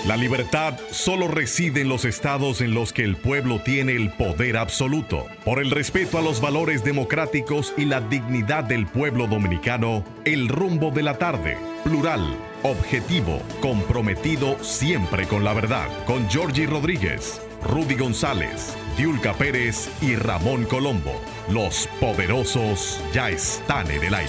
La libertad solo reside en los estados en los que el pueblo tiene el poder absoluto. Por el respeto a los valores democráticos y la dignidad del pueblo dominicano, El Rumbo de la Tarde, plural, objetivo, comprometido siempre con la verdad, con Georgie Rodríguez, Rudy González, Diulca Pérez y Ramón Colombo. Los poderosos ya están en el aire.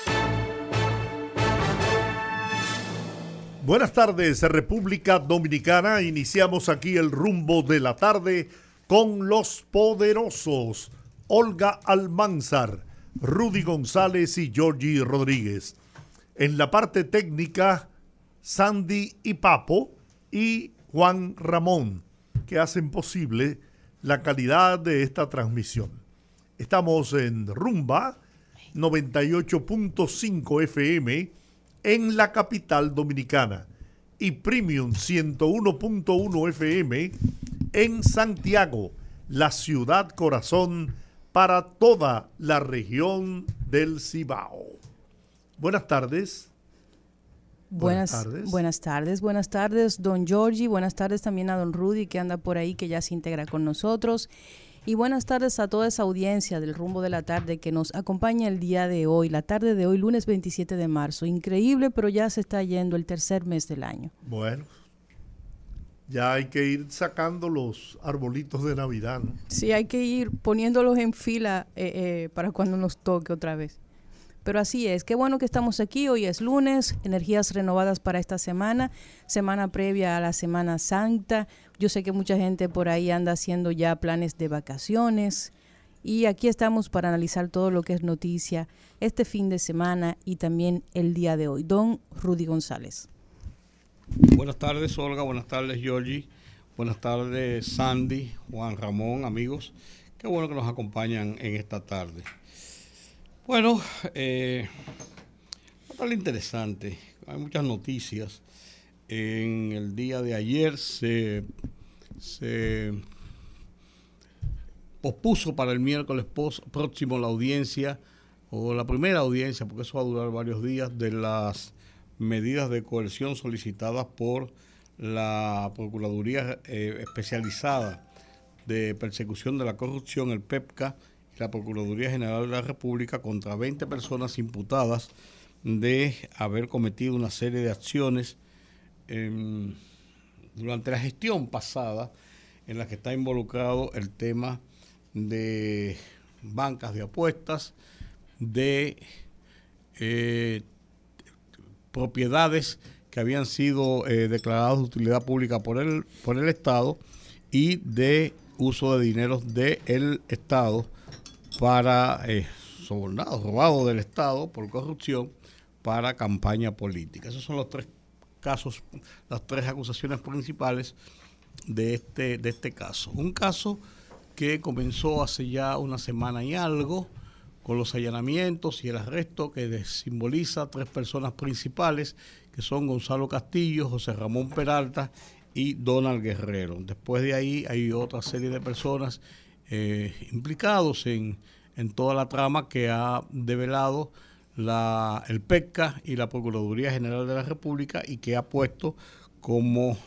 Buenas tardes, República Dominicana. Iniciamos aquí el Rumbo de la Tarde con los poderosos Olga Almanzar, Rudy González y Georgie Rodríguez. En la parte técnica, Sandy y Papo y Juan Ramón, que hacen posible la calidad de esta transmisión. Estamos en Rumba 98.5 FM en la capital dominicana y Premium 101.1 FM en Santiago, la ciudad corazón para toda la región del Cibao. Buenas tardes. Buenas tardes, don Georgie. Buenas tardes también a don Rudy, que anda por ahí, que ya se integra con nosotros. Y buenas tardes a toda esa audiencia del Rumbo de la Tarde que nos acompaña el día de hoy, la tarde de hoy, lunes 27 de marzo. Increíble, pero ya se está yendo el tercer mes del año. Bueno, ya hay que ir sacando los arbolitos de Navidad, ¿no? Sí, hay que ir poniéndolos en fila para cuando nos toque otra vez. Pero así es, qué bueno que estamos aquí, hoy es lunes, energías renovadas para esta semana previa a la Semana Santa. Yo sé que mucha gente por ahí anda haciendo ya planes de vacaciones y aquí estamos para analizar todo lo que es noticia este fin de semana y también el día de hoy. Don Rudy González. Buenas tardes, Olga, buenas tardes, Georgie, buenas tardes, Sandy, Juan Ramón, amigos. Qué bueno que nos acompañan en esta tarde. Bueno, bastante interesante. Hay muchas noticias. En el día de ayer se pospuso para el miércoles próximo la audiencia, o la primera audiencia, porque eso va a durar varios días, de las medidas de coerción solicitadas por la Procuraduría Especializada de Persecución de la Corrupción, el PEPCA, la Procuraduría General de la República, contra 20 personas imputadas de haber cometido una serie de acciones durante la gestión pasada en la que está involucrado el tema de bancas de apuestas, de propiedades que habían sido declaradas de utilidad pública por el Estado y de uso de dineros del Estado para sobornados, robados del Estado por corrupción para campaña política. Esos son los tres casos, las tres acusaciones principales de este caso. Un caso que comenzó hace ya una semana y algo con los allanamientos y el arresto que simboliza a tres personas principales, que son Gonzalo Castillo, José Ramón Peralta y Donald Guerrero. Después de ahí hay otra serie de personas implicados en toda la trama que ha develado el PEPCA y la Procuraduría General de la República y que ha puesto como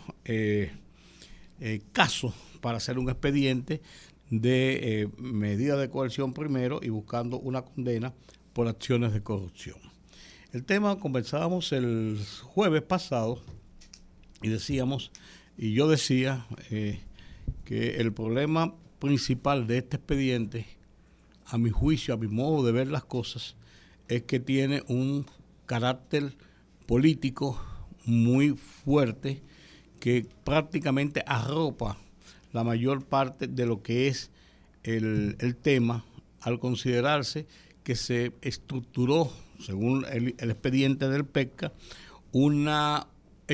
caso para hacer un expediente de medida de coerción primero y buscando una condena por acciones de corrupción. El tema conversábamos el jueves pasado y yo decía que el problema principal de este expediente, a mi juicio, a mi modo de ver las cosas, es que tiene un carácter político muy fuerte que prácticamente arropa la mayor parte de lo que es el tema, al considerarse que se estructuró, según el expediente del PEPCA, una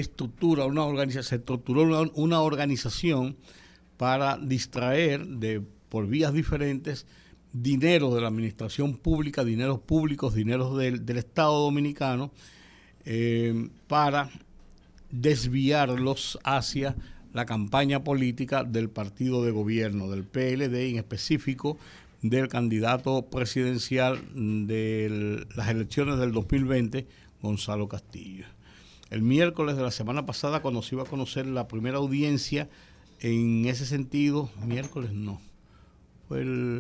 organización para distraer por vías diferentes dinero de la administración pública, dineros públicos, dineros del Estado Dominicano, para desviarlos hacia la campaña política del partido de gobierno, del PLD, en específico del candidato presidencial de las elecciones del 2020, Gonzalo Castillo. el miércoles de la semana pasada, cuando se iba a conocer la primera audiencia en ese sentido. Miércoles no, fue el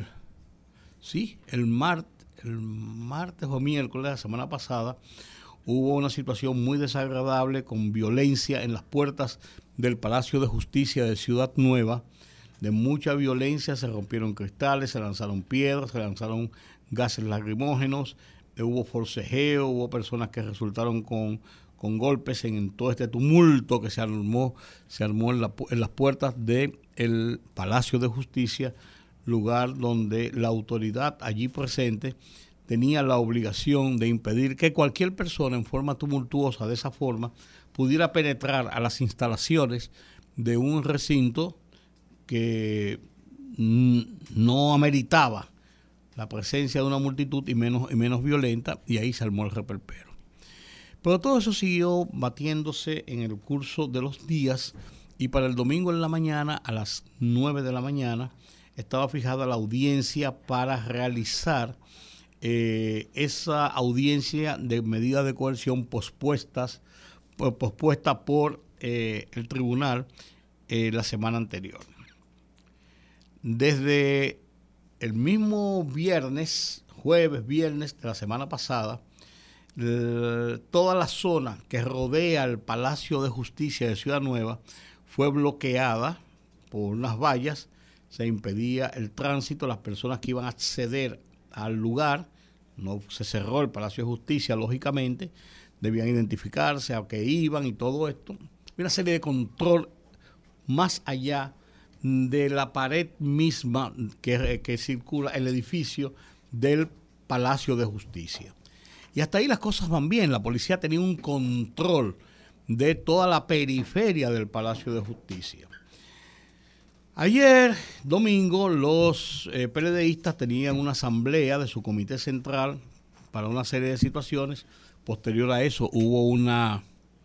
martes o miércoles de la semana pasada, hubo una situación muy desagradable con violencia en las puertas del Palacio de Justicia de Ciudad Nueva, de mucha violencia. Se rompieron cristales, se lanzaron piedras, se lanzaron gases lacrimógenos, hubo forcejeo, hubo personas que resultaron con golpes en todo este tumulto que se armó en las puertas del Palacio de Justicia, lugar donde la autoridad allí presente tenía la obligación de impedir que cualquier persona en forma tumultuosa de esa forma pudiera penetrar a las instalaciones de un recinto que no ameritaba la presencia de una multitud y menos violenta, y ahí se armó el reperpero. Pero todo eso siguió batiéndose en el curso de los días, y para el domingo en la mañana, a las 9 de la mañana, estaba fijada la audiencia para realizar esa audiencia de medida de coerción pospuesta por el tribunal la semana anterior. Desde el mismo jueves, viernes de la semana pasada, toda la zona que rodea el Palacio de Justicia de Ciudad Nueva fue bloqueada por unas vallas. Se impedía el tránsito, las personas que iban a acceder al lugar, no se cerró el Palacio de Justicia, lógicamente, debían identificarse a qué iban y todo esto. Una serie de control más allá de la pared misma que circula el edificio del Palacio de Justicia. Y hasta ahí las cosas van bien. La policía tenía un control de toda la periferia del Palacio de Justicia. Ayer, domingo, los PLDistas tenían una asamblea de su comité central para una serie de situaciones. Posterior a eso hubo una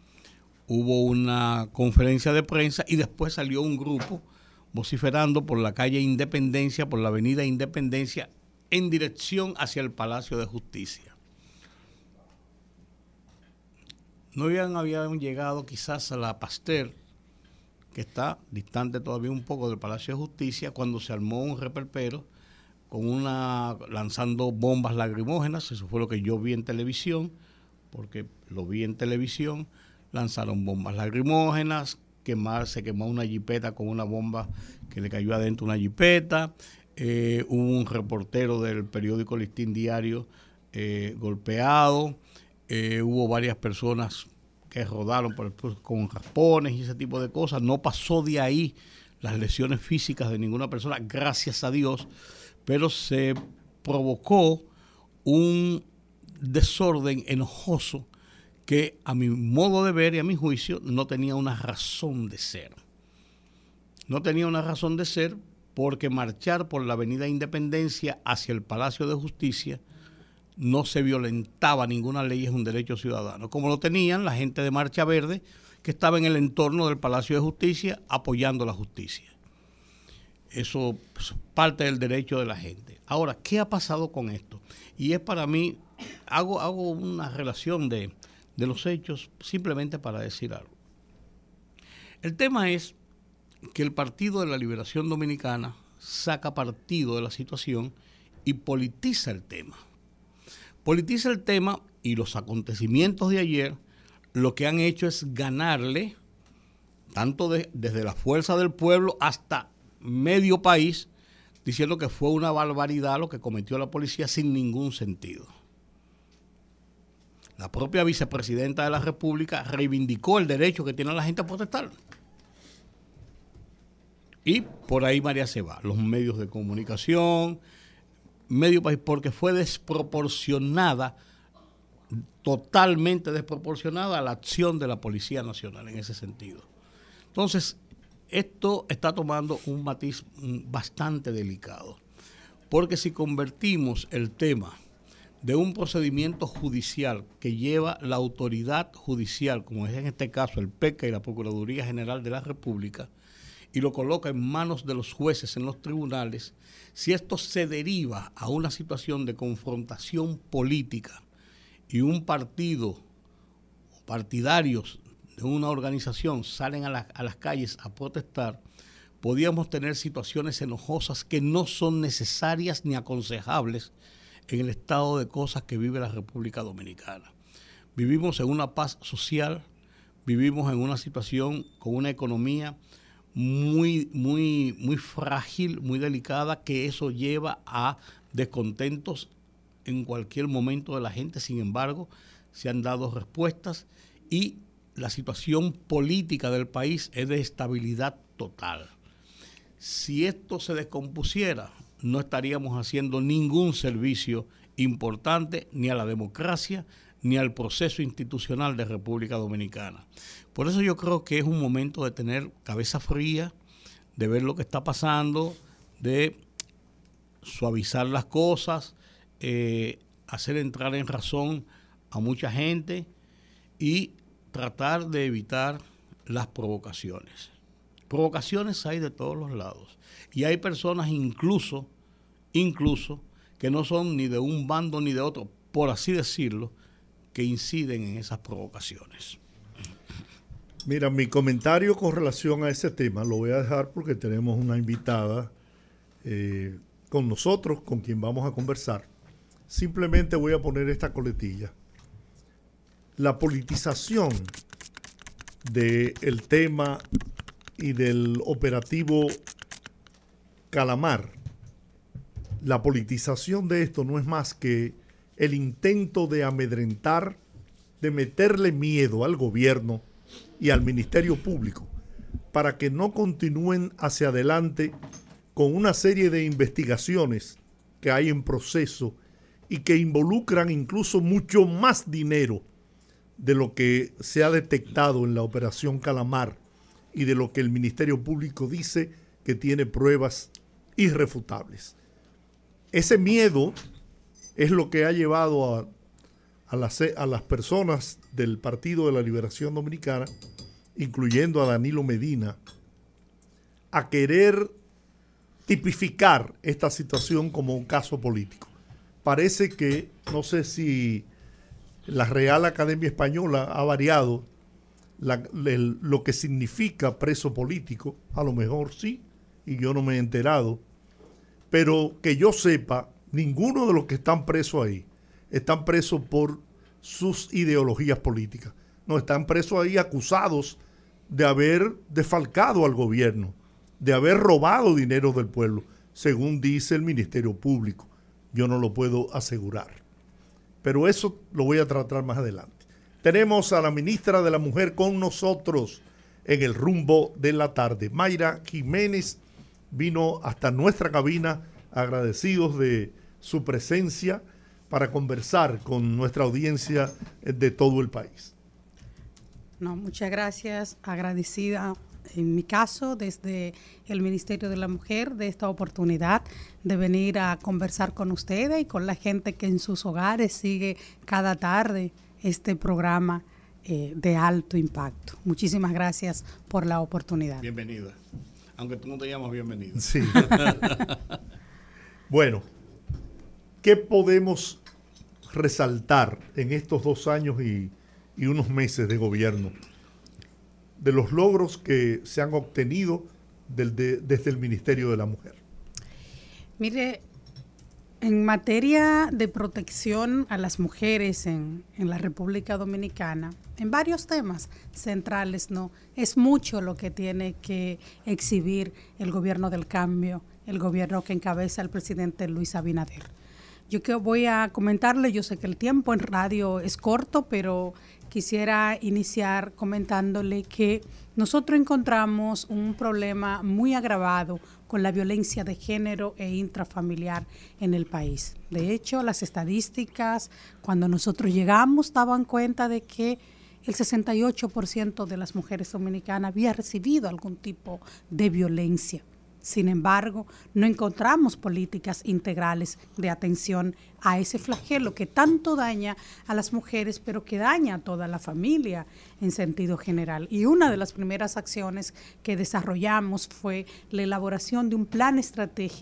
conferencia de prensa, y después salió un grupo vociferando por la calle Independencia, por la avenida Independencia, en dirección hacia el Palacio de Justicia. No habían llegado quizás a la Pasteur, que está distante todavía un poco del Palacio de Justicia, cuando se armó un reperpero lanzando bombas lacrimógenas. Eso fue lo que yo vi en televisión, porque lo vi en televisión. Lanzaron bombas lacrimógenas, se quemó una jipeta con una bomba que le cayó adentro una jipeta. Hubo un reportero del periódico Listín Diario golpeado. Hubo varias personas que rodaron con raspones y ese tipo de cosas. No pasó de ahí las lesiones físicas de ninguna persona, gracias a Dios, pero se provocó un desorden enojoso que, a mi modo de ver y a mi juicio, no tenía una razón de ser. No tenía una razón de ser porque marchar por la avenida Independencia hacia el Palacio de Justicia no se violentaba ninguna ley, es un derecho ciudadano, como lo tenían la gente de Marcha Verde, que estaba en el entorno del Palacio de Justicia apoyando la justicia. Eso es parte del derecho de la gente. Ahora, ¿qué ha pasado con esto? Y es para mí, hago una relación de los hechos simplemente para decir algo. El tema es que el Partido de la Liberación Dominicana saca partido de la situación y politiza el tema. Politiza el tema, y los acontecimientos de ayer lo que han hecho es ganarle, tanto desde la fuerza del pueblo hasta medio país, diciendo que fue una barbaridad lo que cometió la policía sin ningún sentido. La propia vicepresidenta de la República reivindicó el derecho que tiene la gente a protestar. Y por ahí María se va. Los medios de comunicación, medio país, porque fue desproporcionada, totalmente desproporcionada la acción de la Policía Nacional en ese sentido. Entonces, esto está tomando un matiz bastante delicado, porque si convertimos el tema de un procedimiento judicial que lleva la autoridad judicial, como es en este caso el PECA y la Procuraduría General de la República, y lo coloca en manos de los jueces en los tribunales, si esto se deriva a una situación de confrontación política y un partido partidarios de una organización salen a las calles a protestar, podíamos tener situaciones enojosas que no son necesarias ni aconsejables en el estado de cosas que vive la República Dominicana. Vivimos en una paz social, vivimos en una situación con una economía muy frágil, muy delicada, que eso lleva a descontentos en cualquier momento de la gente. Sin embargo, se han dado respuestas y la situación política del país es de estabilidad total. Si esto se descompusiera, no estaríamos haciendo ningún servicio importante ni a la democracia ni al proceso institucional de República Dominicana. Por eso yo creo que es un momento de tener cabeza fría, de ver lo que está pasando, de suavizar las cosas, hacer entrar en razón a mucha gente y tratar de evitar las provocaciones. Provocaciones hay de todos los lados y hay personas incluso que no son ni de un bando ni de otro, por así decirlo, que inciden en esas provocaciones. Mira, mi comentario con relación a ese tema lo voy a dejar porque tenemos una invitada con nosotros, con quien vamos a conversar. Simplemente voy a poner esta coletilla. La politización del tema y del operativo Calamar, la politización de esto no es más que el intento de amedrentar, de meterle miedo al gobierno y al Ministerio Público para que no continúen hacia adelante con una serie de investigaciones que hay en proceso y que involucran incluso mucho más dinero de lo que se ha detectado en la operación Calamar y de lo que el Ministerio Público dice que tiene pruebas irrefutables. Ese miedo es lo que ha llevado a las personas del Partido de la Liberación Dominicana, incluyendo a Danilo Medina, a querer tipificar esta situación como un caso político. Parece que, no sé si la Real Academia Española ha variado lo que significa preso político, a lo mejor sí, y yo no me he enterado, pero que yo sepa, ninguno de los que están presos ahí están presos por sus ideologías políticas. No, están presos ahí acusados de haber defalcado al gobierno, de haber robado dinero del pueblo, según dice el Ministerio Público. Yo no lo puedo asegurar. Pero eso lo voy a tratar más adelante. Tenemos a la ministra de la Mujer con nosotros en el rumbo de la tarde. Mayra Jiménez vino hasta nuestra cabina, agradecidos de su presencia para conversar con nuestra audiencia de todo el país. No, muchas gracias, agradecida en mi caso desde el Ministerio de la Mujer de esta oportunidad de venir a conversar con ustedes y con la gente que en sus hogares sigue cada tarde este programa de alto impacto. Muchísimas gracias por la oportunidad. Bienvenida, aunque tú no te llamas bienvenida. Sí. Bueno, ¿qué podemos resaltar en estos 2 años y unos meses de gobierno de los logros que se han obtenido desde el Ministerio de la Mujer? Mire, en materia de protección a las mujeres en la República Dominicana, en varios temas centrales, ¿no? Es mucho lo que tiene que exhibir el gobierno del cambio, el gobierno que encabeza el presidente Luis Abinader. Yo que voy a comentarle, yo sé que el tiempo en radio es corto, pero quisiera iniciar comentándole que nosotros encontramos un problema muy agravado con la violencia de género e intrafamiliar en el país. De hecho, las estadísticas, cuando nosotros llegamos, daban cuenta de que el 68% de las mujeres dominicanas había recibido algún tipo de violencia. Sin embargo, no encontramos políticas integrales de atención a ese flagelo que tanto daña a las mujeres, pero que daña a toda la familia en sentido general. Y una de las primeras acciones que desarrollamos fue la elaboración de un plan estratégico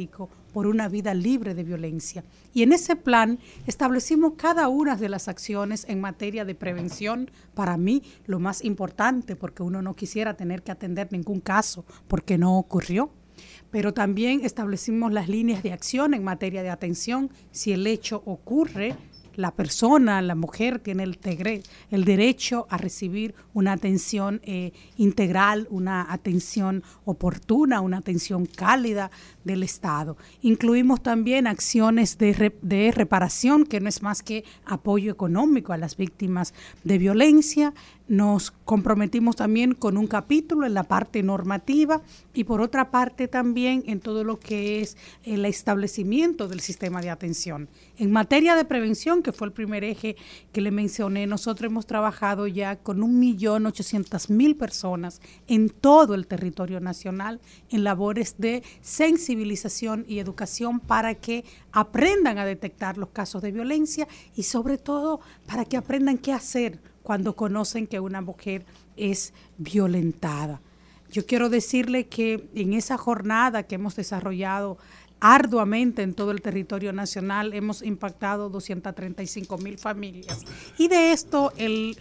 por una vida libre de violencia. Y en ese plan establecimos cada una de las acciones en materia de prevención. Para mí, lo más importante, porque uno no quisiera tener que atender ningún caso porque no ocurrió. Pero también establecimos las líneas de acción en materia de atención. Si el hecho ocurre, la persona, la mujer, tiene el derecho a recibir una atención integral, una atención oportuna, una atención cálida del Estado. Incluimos también acciones de reparación, que no es más que apoyo económico a las víctimas de violencia. Nos comprometimos también con un capítulo en la parte normativa y por otra parte también en todo lo que es el establecimiento del sistema de atención. En materia de prevención, que fue el primer eje que le mencioné, nosotros hemos trabajado ya con 1.800.000 personas en todo el territorio nacional en labores de sensibilización y educación para que aprendan a detectar los casos de violencia y sobre todo para que aprendan qué hacer cuando conocen que una mujer es violentada. Yo quiero decirle que en esa jornada que hemos desarrollado arduamente en todo el territorio nacional, hemos impactado 235.000 familias. Y de esto, el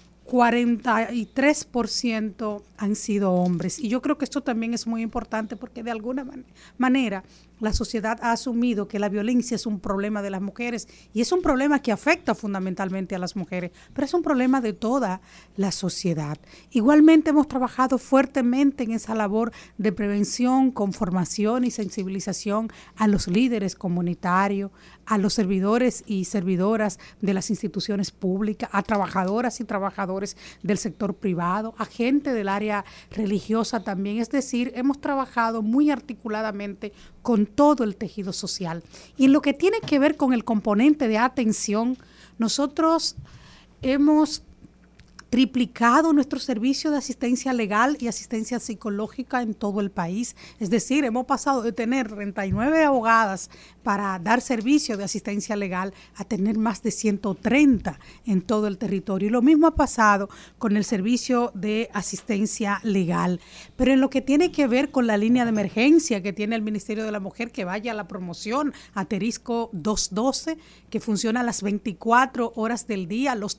43% han sido hombres. Y yo creo que esto también es muy importante porque de alguna manera la sociedad ha asumido que la violencia es un problema de las mujeres y es un problema que afecta fundamentalmente a las mujeres, pero es un problema de toda la sociedad. Igualmente hemos trabajado fuertemente en esa labor de prevención con formación y sensibilización a los líderes comunitarios, a los servidores y servidoras de las instituciones públicas, a trabajadoras y trabajadores del sector privado, a gente del área religiosa también. Es decir, hemos trabajado muy articuladamente con todo el tejido social. Y en lo que tiene que ver con el componente de atención, nosotros hemos triplicado nuestro servicio de asistencia legal y asistencia psicológica en todo el país. Es decir, hemos pasado de tener 39 abogadas para dar servicio de asistencia legal a tener más de 130 en todo el territorio. Y lo mismo ha pasado con el servicio de asistencia legal. Pero en lo que tiene que ver con la línea de emergencia que tiene el Ministerio de la Mujer, que vaya a la promoción Asterisco 212, que funciona a las 24 horas del día, los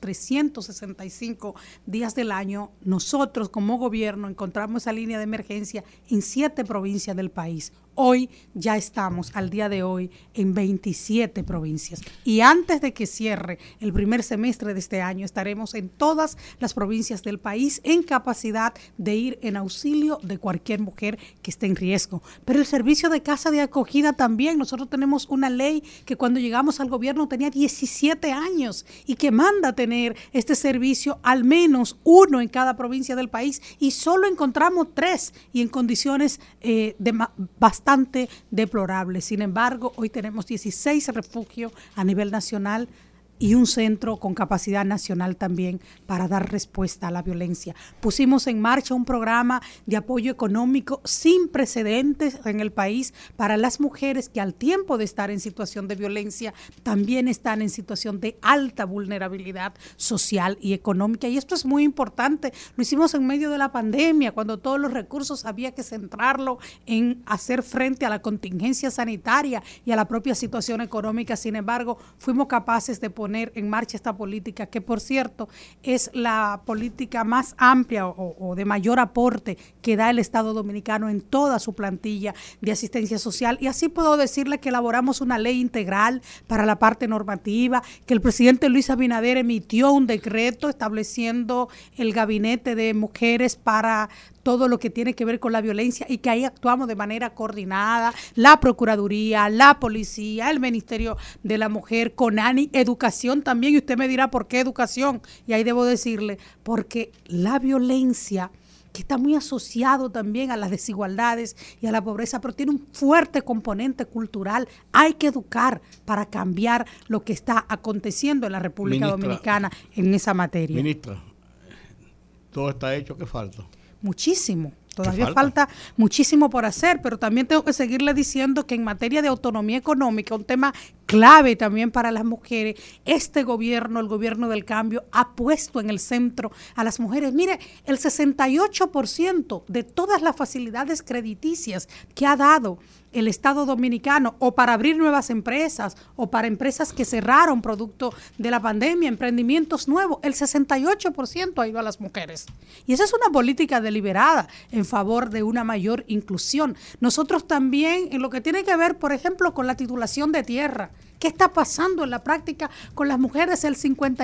365 días del año, nosotros como gobierno encontramos esa línea de emergencia en 7 provincias del país. Hoy ya estamos, al día de hoy, en 27 provincias. Y antes de que cierre el primer semestre de este año, estaremos en todas las provincias del país en capacidad de ir en auxilio de cualquier mujer que esté en riesgo. Pero el servicio de casa de acogida también. Nosotros tenemos una ley que cuando llegamos al gobierno tenía 17 años y que manda tener este servicio al menos uno en cada provincia del país y solo encontramos 3 y en condiciones bastante deplorables. Sin embargo, hoy tenemos 16 refugios a nivel nacional y un centro con capacidad nacional también para dar respuesta a la violencia. Pusimos en marcha un programa de apoyo económico sin precedentes en el país para las mujeres que al tiempo de estar en situación de violencia también están en situación de alta vulnerabilidad social y económica. Y esto es muy importante. Lo hicimos en medio de la pandemia, cuando todos los recursos había que centrarlo en hacer frente a la contingencia sanitaria y a la propia situación económica. Sin embargo, fuimos capaces de poner en marcha esta política, que por cierto es la política más amplia o de mayor aporte que da el Estado Dominicano en toda su plantilla de asistencia social. Y así puedo decirle que elaboramos una ley integral para la parte normativa, que el presidente Luis Abinader emitió un decreto estableciendo el gabinete de mujeres para todo lo que tiene que ver con la violencia y que ahí actuamos de manera coordinada, la Procuraduría, la Policía, el Ministerio de la Mujer, CONANI, Educación también, y usted me dirá por qué educación, y ahí debo decirle, porque la violencia, que está muy asociado también a las desigualdades y a la pobreza, pero tiene un fuerte componente cultural. Hay que educar para cambiar lo que está aconteciendo en la República Dominicana en esa materia. Ministra, todo está hecho, ¿qué falta? Muchísimo. Todavía falta muchísimo por hacer, pero también tengo que seguirle diciendo que en materia de autonomía económica, un tema clave también para las mujeres. Este gobierno, el gobierno del cambio, ha puesto en el centro a las mujeres. Mire, el 68% de todas las facilidades crediticias que ha dado el Estado Dominicano, o para abrir nuevas empresas, o para empresas que cerraron producto de la pandemia, emprendimientos nuevos, el 68% ha ido a las mujeres. Y esa es una política deliberada en favor de una mayor inclusión. Nosotros también, en lo que tiene que ver, por ejemplo, con la titulación de tierra, ¿qué está pasando en la práctica con las mujeres? El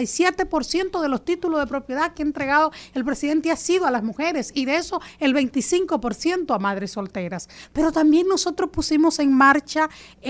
57% de los títulos de propiedad que ha entregado el presidente ha sido a las mujeres, y de eso el 25% a madres solteras. Pero también nosotros pusimos en marcha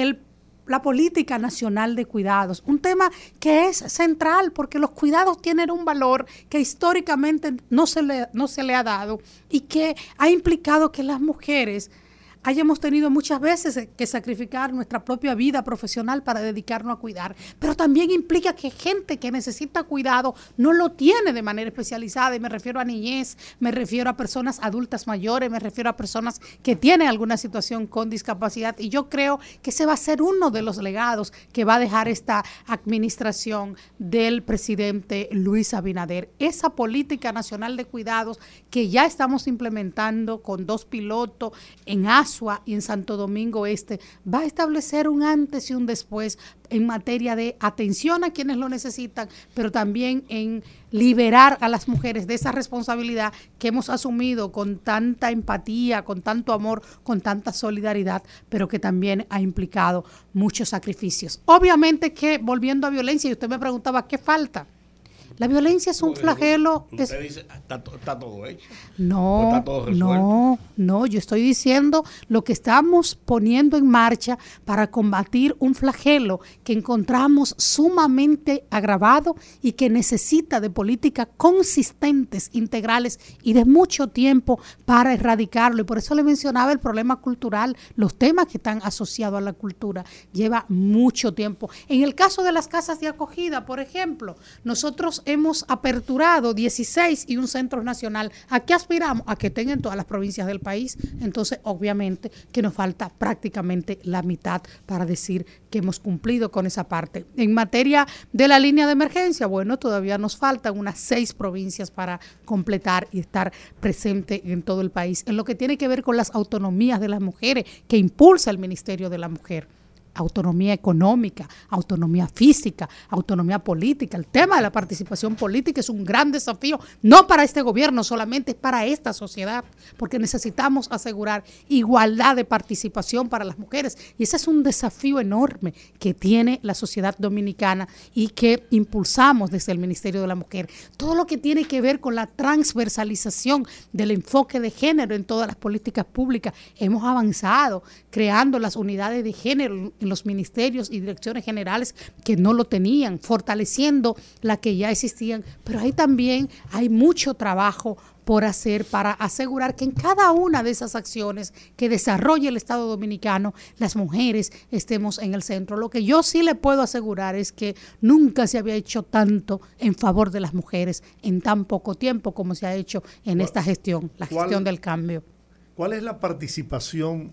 la política nacional de cuidados, un tema que es central porque los cuidados tienen un valor que históricamente no se le ha dado, y que ha implicado que las mujeres hayamos tenido muchas veces que sacrificar nuestra propia vida profesional para dedicarnos a cuidar, pero también implica que gente que necesita cuidado no lo tiene de manera especializada, y me refiero a niñez, me refiero a personas adultas mayores, me refiero a personas que tienen alguna situación con discapacidad, y yo creo que ese va a ser uno de los legados que va a dejar esta administración del presidente Luis Abinader, esa política nacional de cuidados que ya estamos implementando con 2 pilotos en Asua y en Santo Domingo Este, va a establecer un antes y un después en materia de atención a quienes lo necesitan, pero también en liberar a las mujeres de esa responsabilidad que hemos asumido con tanta empatía, con tanto amor, con tanta solidaridad, pero que también ha implicado muchos sacrificios. Obviamente que, volviendo a violencia, y usted me preguntaba, ¿qué falta? La violencia es un flagelo. Usted dice, está todo hecho. No, está todo resuelto. no, yo estoy diciendo lo que estamos poniendo en marcha para combatir un flagelo que encontramos sumamente agravado y que necesita de políticas consistentes, integrales y de mucho tiempo para erradicarlo. Y por eso le mencionaba el problema cultural, los temas que están asociados a la cultura. Lleva mucho tiempo. En el caso de las casas de acogida, por ejemplo, nosotros hemos aperturado 16 y un centro nacional. ¿A qué aspiramos? A que estén en todas las provincias del país. Entonces, obviamente, que nos falta prácticamente la mitad para decir que hemos cumplido con esa parte. En materia de la línea de emergencia, bueno, todavía nos faltan unas 6 provincias para completar y estar presente en todo el país. En lo que tiene que ver con las autonomías de las mujeres que impulsa el Ministerio de la Mujer. Autonomía económica, autonomía física, autonomía política. El tema de la participación política es un gran desafío, no para este gobierno solamente, es para esta sociedad, porque necesitamos asegurar igualdad de participación para las mujeres, y ese es un desafío enorme que tiene la sociedad dominicana y que impulsamos desde el Ministerio de la Mujer. Todo lo que tiene que ver con la transversalización del enfoque de género en todas las políticas públicas, hemos avanzado creando las unidades de género en los ministerios y direcciones generales que no lo tenían, fortaleciendo las que ya existían, pero ahí también hay mucho trabajo por hacer para asegurar que en cada una de esas acciones que desarrolla el Estado Dominicano, las mujeres estemos en el centro. Lo que yo sí le puedo asegurar es que nunca se había hecho tanto en favor de las mujeres en tan poco tiempo como se ha hecho en esta gestión, la gestión del cambio. ¿Cuál es la participación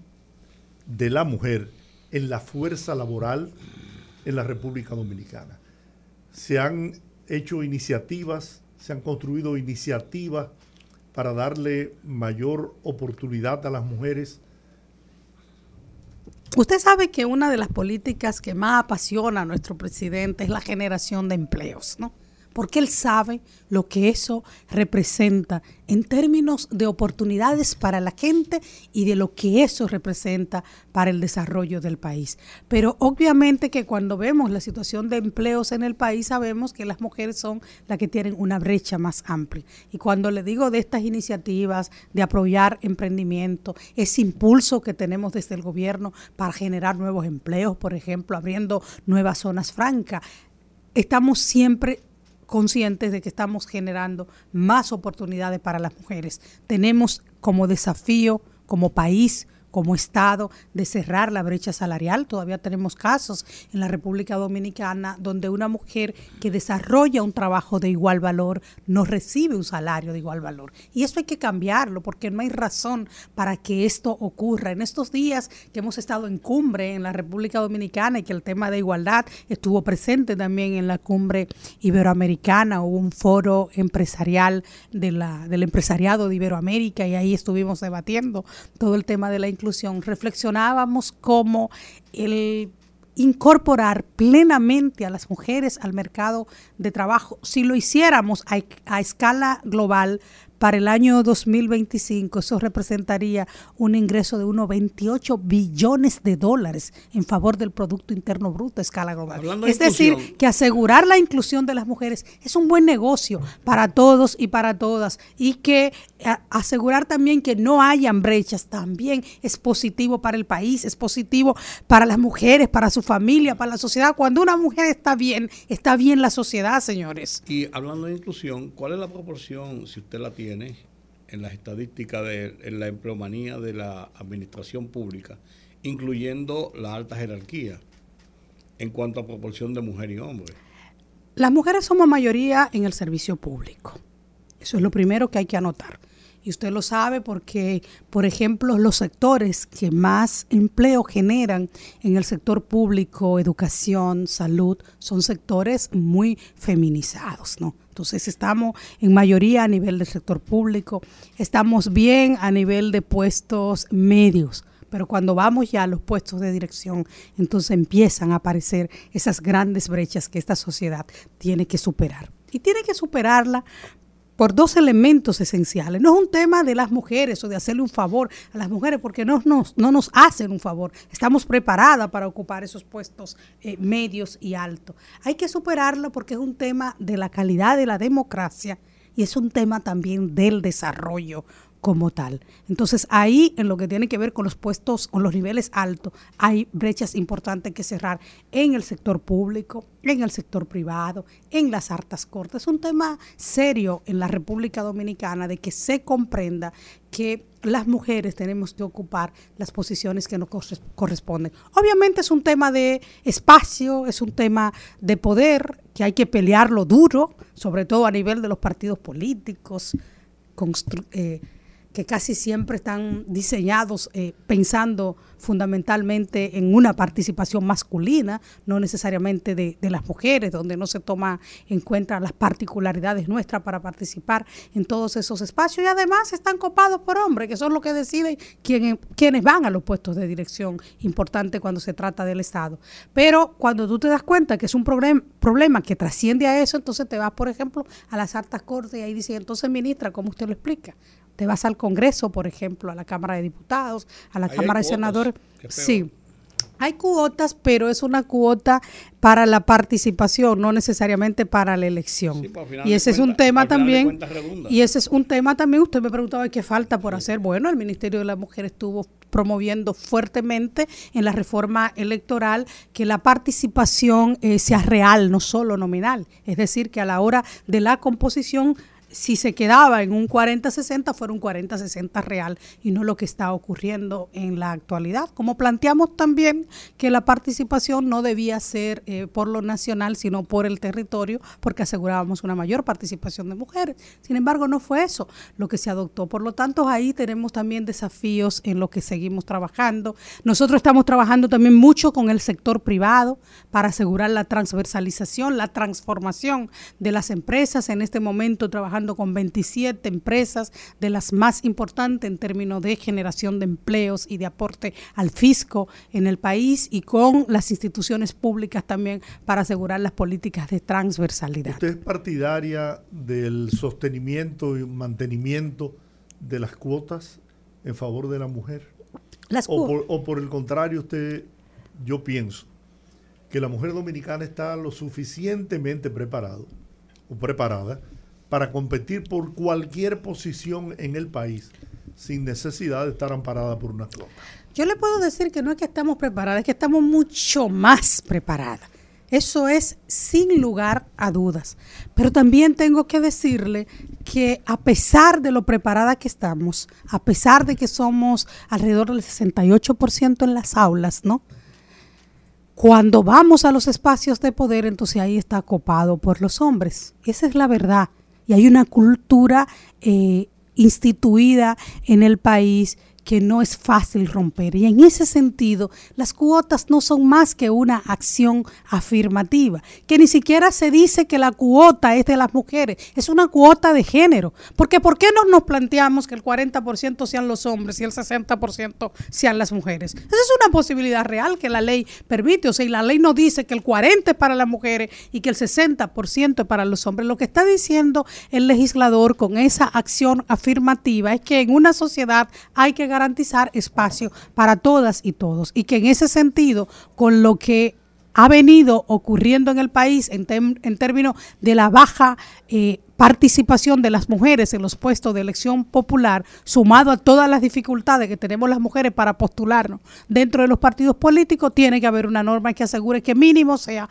de la mujer en la fuerza laboral en la República Dominicana? Se han hecho iniciativas, se han construido iniciativas para darle mayor oportunidad a las mujeres. Usted sabe que una de las políticas que más apasiona a nuestro presidente es la generación de empleos, ¿no? Porque él sabe lo que eso representa en términos de oportunidades para la gente y de lo que eso representa para el desarrollo del país. Pero obviamente que cuando vemos la situación de empleos en el país, sabemos que las mujeres son las que tienen una brecha más amplia. Y cuando le digo de estas iniciativas, de apoyar emprendimiento, ese impulso que tenemos desde el gobierno para generar nuevos empleos, por ejemplo, abriendo nuevas zonas francas, estamos siempre conscientes de que estamos generando más oportunidades para las mujeres. Tenemos como desafío, como país, como Estado de cerrar la brecha salarial. Todavía tenemos casos en la República Dominicana donde una mujer que desarrolla un trabajo de igual valor no recibe un salario de igual valor. Y eso hay que cambiarlo porque no hay razón para que esto ocurra. En estos días que hemos estado en cumbre en la República Dominicana y que el tema de igualdad estuvo presente también en la cumbre iberoamericana, hubo un foro empresarial del empresariado de Iberoamérica y ahí estuvimos debatiendo todo el tema de la inclusión. Reflexionábamos cómo el incorporar plenamente a las mujeres al mercado de trabajo, si lo hiciéramos a escala global, para el año 2025 eso representaría un ingreso de unos 28 billones de dólares en favor del Producto Interno Bruto a escala global. Es decir, que asegurar la inclusión de las mujeres es un buen negocio para todos y para todas, y que asegurar también que no hayan brechas también es positivo para el país, es positivo para las mujeres, para su familia, para la sociedad. Cuando una mujer está bien la sociedad, señores. Y hablando de inclusión, ¿cuál es la proporción, si usted la tiene, en las estadísticas en la empleomanía de la administración pública, incluyendo la alta jerarquía, en cuanto a proporción de mujer y hombre? Las mujeres somos mayoría en el servicio público. Eso es lo primero que hay que anotar. Y usted lo sabe porque, por ejemplo, los sectores que más empleo generan en el sector público, educación, salud, son sectores muy feminizados, ¿no? Entonces estamos en mayoría a nivel del sector público, estamos bien a nivel de puestos medios, pero cuando vamos ya a los puestos de dirección, entonces empiezan a aparecer esas grandes brechas que esta sociedad tiene que superar. Y tiene que superarla por dos elementos esenciales. No es un tema de las mujeres o de hacerle un favor a las mujeres, porque no nos hacen un favor. Estamos preparadas para ocupar esos puestos medios y altos. Hay que superarlo porque es un tema de la calidad de la democracia y es un tema también del desarrollo como tal. Entonces ahí, en lo que tiene que ver con los puestos, con los niveles altos, hay brechas importantes que cerrar en el sector público, en el sector privado, en las altas cortes. Es un tema serio en la República Dominicana de que se comprenda que las mujeres tenemos que ocupar las posiciones que nos corresponden. Obviamente es un tema de espacio, es un tema de poder, que hay que pelearlo duro, sobre todo a nivel de los partidos políticos, que casi siempre están diseñados pensando fundamentalmente en una participación masculina, no necesariamente de las mujeres, donde no se toma en cuenta las particularidades nuestras para participar en todos esos espacios, y además están copados por hombres, que son los que deciden quiénes van a los puestos de dirección, importante cuando se trata del Estado. Pero cuando tú te das cuenta que es un problema que trasciende a eso, entonces te vas, por ejemplo, a las altas cortes y ahí dicen, entonces, ministra, ¿cómo usted lo explica? Te vas al Congreso, por ejemplo, a la Cámara de Diputados, a la Cámara de Senadores. Sí, hay cuotas, pero es una cuota para la participación, no necesariamente para la elección. Sí, y ese es un tema también. Y ese es un tema también. Usted me preguntaba qué falta por hacer. Bueno, el Ministerio de la Mujer estuvo promoviendo fuertemente en la reforma electoral que la participación sea real, no solo nominal. Es decir, que a la hora de la composición, si se quedaba en un 40-60, fuera un 40-60 real y no lo que está ocurriendo en la actualidad. Como planteamos también que la participación no debía ser por lo nacional, sino por el territorio, porque asegurábamos una mayor participación de mujeres. Sin embargo, no fue eso lo que se adoptó. Por lo tanto, ahí tenemos también desafíos en los que seguimos trabajando. Nosotros estamos trabajando también mucho con el sector privado para asegurar la transversalización, la transformación de las empresas. En este momento trabajando con 27 empresas de las más importantes en términos de generación de empleos y de aporte al fisco en el país, y con las instituciones públicas también para asegurar las políticas de transversalidad. ¿Usted es partidaria del sostenimiento y mantenimiento de las cuotas en favor de la mujer? ¿O por el contrario, yo pienso que la mujer dominicana está lo suficientemente preparada para competir por cualquier posición en el país sin necesidad de estar amparada por una cuota? Yo le puedo decir que no es que estamos preparadas, es que estamos mucho más preparadas. Eso es sin lugar a dudas. Pero también tengo que decirle que a pesar de lo preparada que estamos, a pesar de que somos alrededor del 68% en las aulas, ¿no? Cuando vamos a los espacios de poder, entonces ahí está copado por los hombres. Esa es la verdad. Y hay una cultura instituida en el país que no es fácil romper. Y en ese sentido, las cuotas no son más que una acción afirmativa, que ni siquiera se dice que la cuota es de las mujeres, es una cuota de género. Porque ¿por qué no nos planteamos que el 40% sean los hombres y el 60% sean las mujeres? Esa es una posibilidad real que la ley permite. O sea, y la ley no dice que el 40% es para las mujeres y que el 60% es para los hombres. Lo que está diciendo el legislador con esa acción afirmativa es que en una sociedad hay que garantizar espacio para todas y todos, y que en ese sentido, con lo que ha venido ocurriendo en el país en términos de la baja participación de las mujeres en los puestos de elección popular, sumado a todas las dificultades que tenemos las mujeres para postularnos dentro de los partidos políticos, tiene que haber una norma que asegure que mínimo sea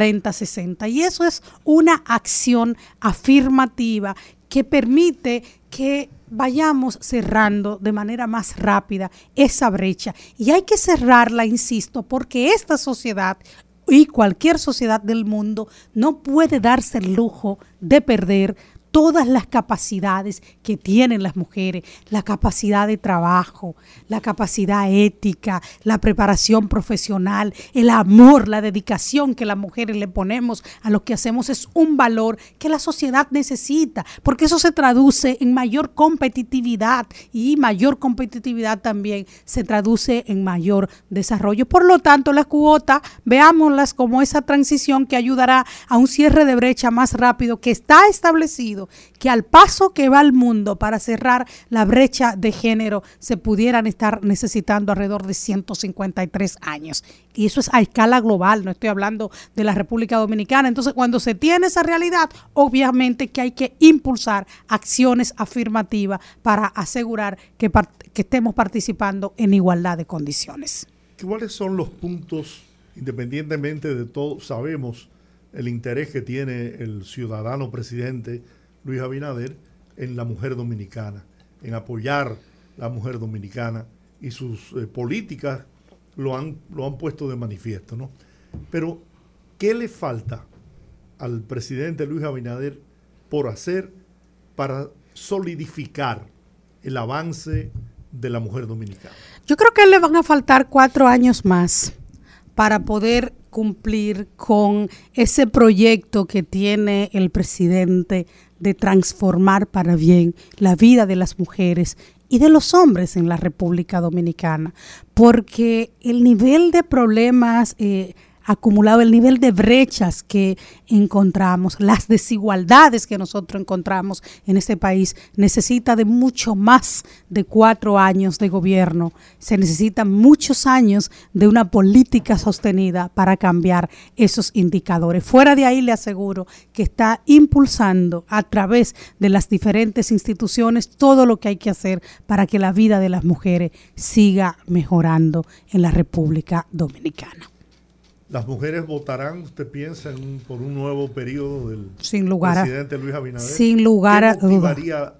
40-60, y eso es una acción afirmativa que permite que vayamos cerrando de manera más rápida esa brecha. Y hay que cerrarla, insisto, porque esta sociedad y cualquier sociedad del mundo no puede darse el lujo de perder todas las capacidades que tienen las mujeres, la capacidad de trabajo, la capacidad ética, la preparación profesional, el amor, la dedicación que las mujeres le ponemos a lo que hacemos es un valor que la sociedad necesita, porque eso se traduce en mayor competitividad, y mayor competitividad también se traduce en mayor desarrollo. Por lo tanto, las cuotas, veámoslas como esa transición que ayudará a un cierre de brecha más rápido que está establecido, que al paso que va el mundo para cerrar la brecha de género se pudieran estar necesitando alrededor de 153 años. Y eso es a escala global, no estoy hablando de la República Dominicana. Entonces, cuando se tiene esa realidad, obviamente que hay que impulsar acciones afirmativas para asegurar que estemos participando en igualdad de condiciones. ¿Cuáles son los puntos, independientemente de todo, sabemos el interés que tiene el ciudadano presidente Luis Abinader en la mujer dominicana, en apoyar la mujer dominicana, y sus políticas lo han puesto de manifiesto, ¿no? Pero, ¿qué le falta al presidente Luis Abinader por hacer para solidificar el avance de la mujer dominicana? Yo creo que le van a faltar 4 años más para poder cumplir con ese proyecto que tiene el presidente de transformar para bien la vida de las mujeres y de los hombres en la República Dominicana, porque el nivel de problemas acumulado, el nivel de brechas que encontramos, las desigualdades que nosotros encontramos en este país, necesita de mucho más de 4 años de gobierno. Se necesitan muchos años de una política sostenida para cambiar esos indicadores. Fuera de ahí, le aseguro que está impulsando a través de las diferentes instituciones todo lo que hay que hacer para que la vida de las mujeres siga mejorando en la República Dominicana. ¿Las mujeres votarán, usted piensa, por un nuevo periodo del presidente Luis Abinader? Sin lugar a duda.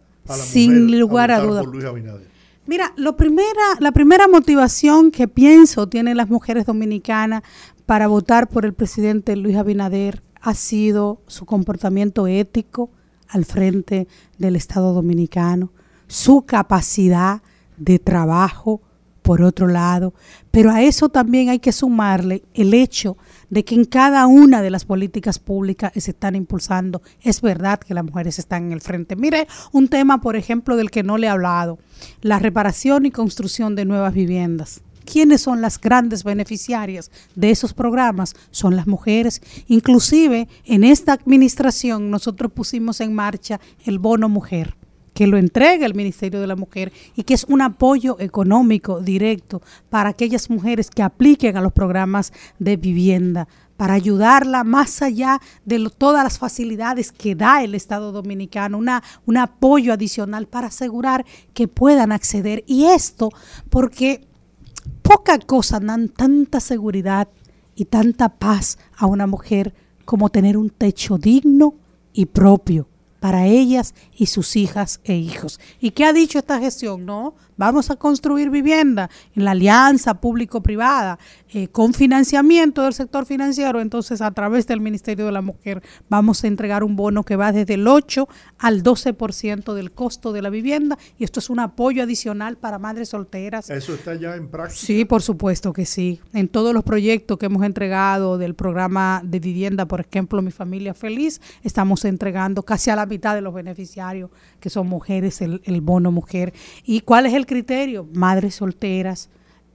Sin lugar a duda. Por Luis Abinader? Mira, la primera motivación que pienso tienen las mujeres dominicanas para votar por el presidente Luis Abinader ha sido su comportamiento ético al frente del Estado dominicano, su capacidad de trabajo, por otro lado, pero a eso también hay que sumarle el hecho de que en cada una de las políticas públicas se están impulsando. Es verdad que las mujeres están en el frente. Mire un tema, por ejemplo, del que no le he hablado, la reparación y construcción de nuevas viviendas. ¿Quiénes son las grandes beneficiarias de esos programas? Son las mujeres. Inclusive en esta administración nosotros pusimos en marcha el bono mujer, que lo entrega el Ministerio de la Mujer y que es un apoyo económico directo para aquellas mujeres que apliquen a los programas de vivienda, para ayudarla más allá de todas las facilidades que da el Estado Dominicano, un apoyo adicional para asegurar que puedan acceder. Y esto porque poca cosa dan tanta seguridad y tanta paz a una mujer como tener un techo digno y propio para ellas y sus hijas e hijos. ¿Y qué ha dicho esta gestión? No, vamos a construir vivienda en la alianza público-privada con financiamiento del sector financiero. Entonces, a través del Ministerio de la Mujer vamos a entregar un bono que va desde el 8 al 12% del costo de la vivienda, y esto es un apoyo adicional para madres solteras. ¿Eso está ya en práctica? Sí, por supuesto que sí. En todos los proyectos que hemos entregado del programa de vivienda, por ejemplo, Mi Familia Feliz, estamos entregando casi a la mitad de los beneficiarios, que son mujeres, el bono mujer. ¿Y cuál es el criterio? Madres solteras,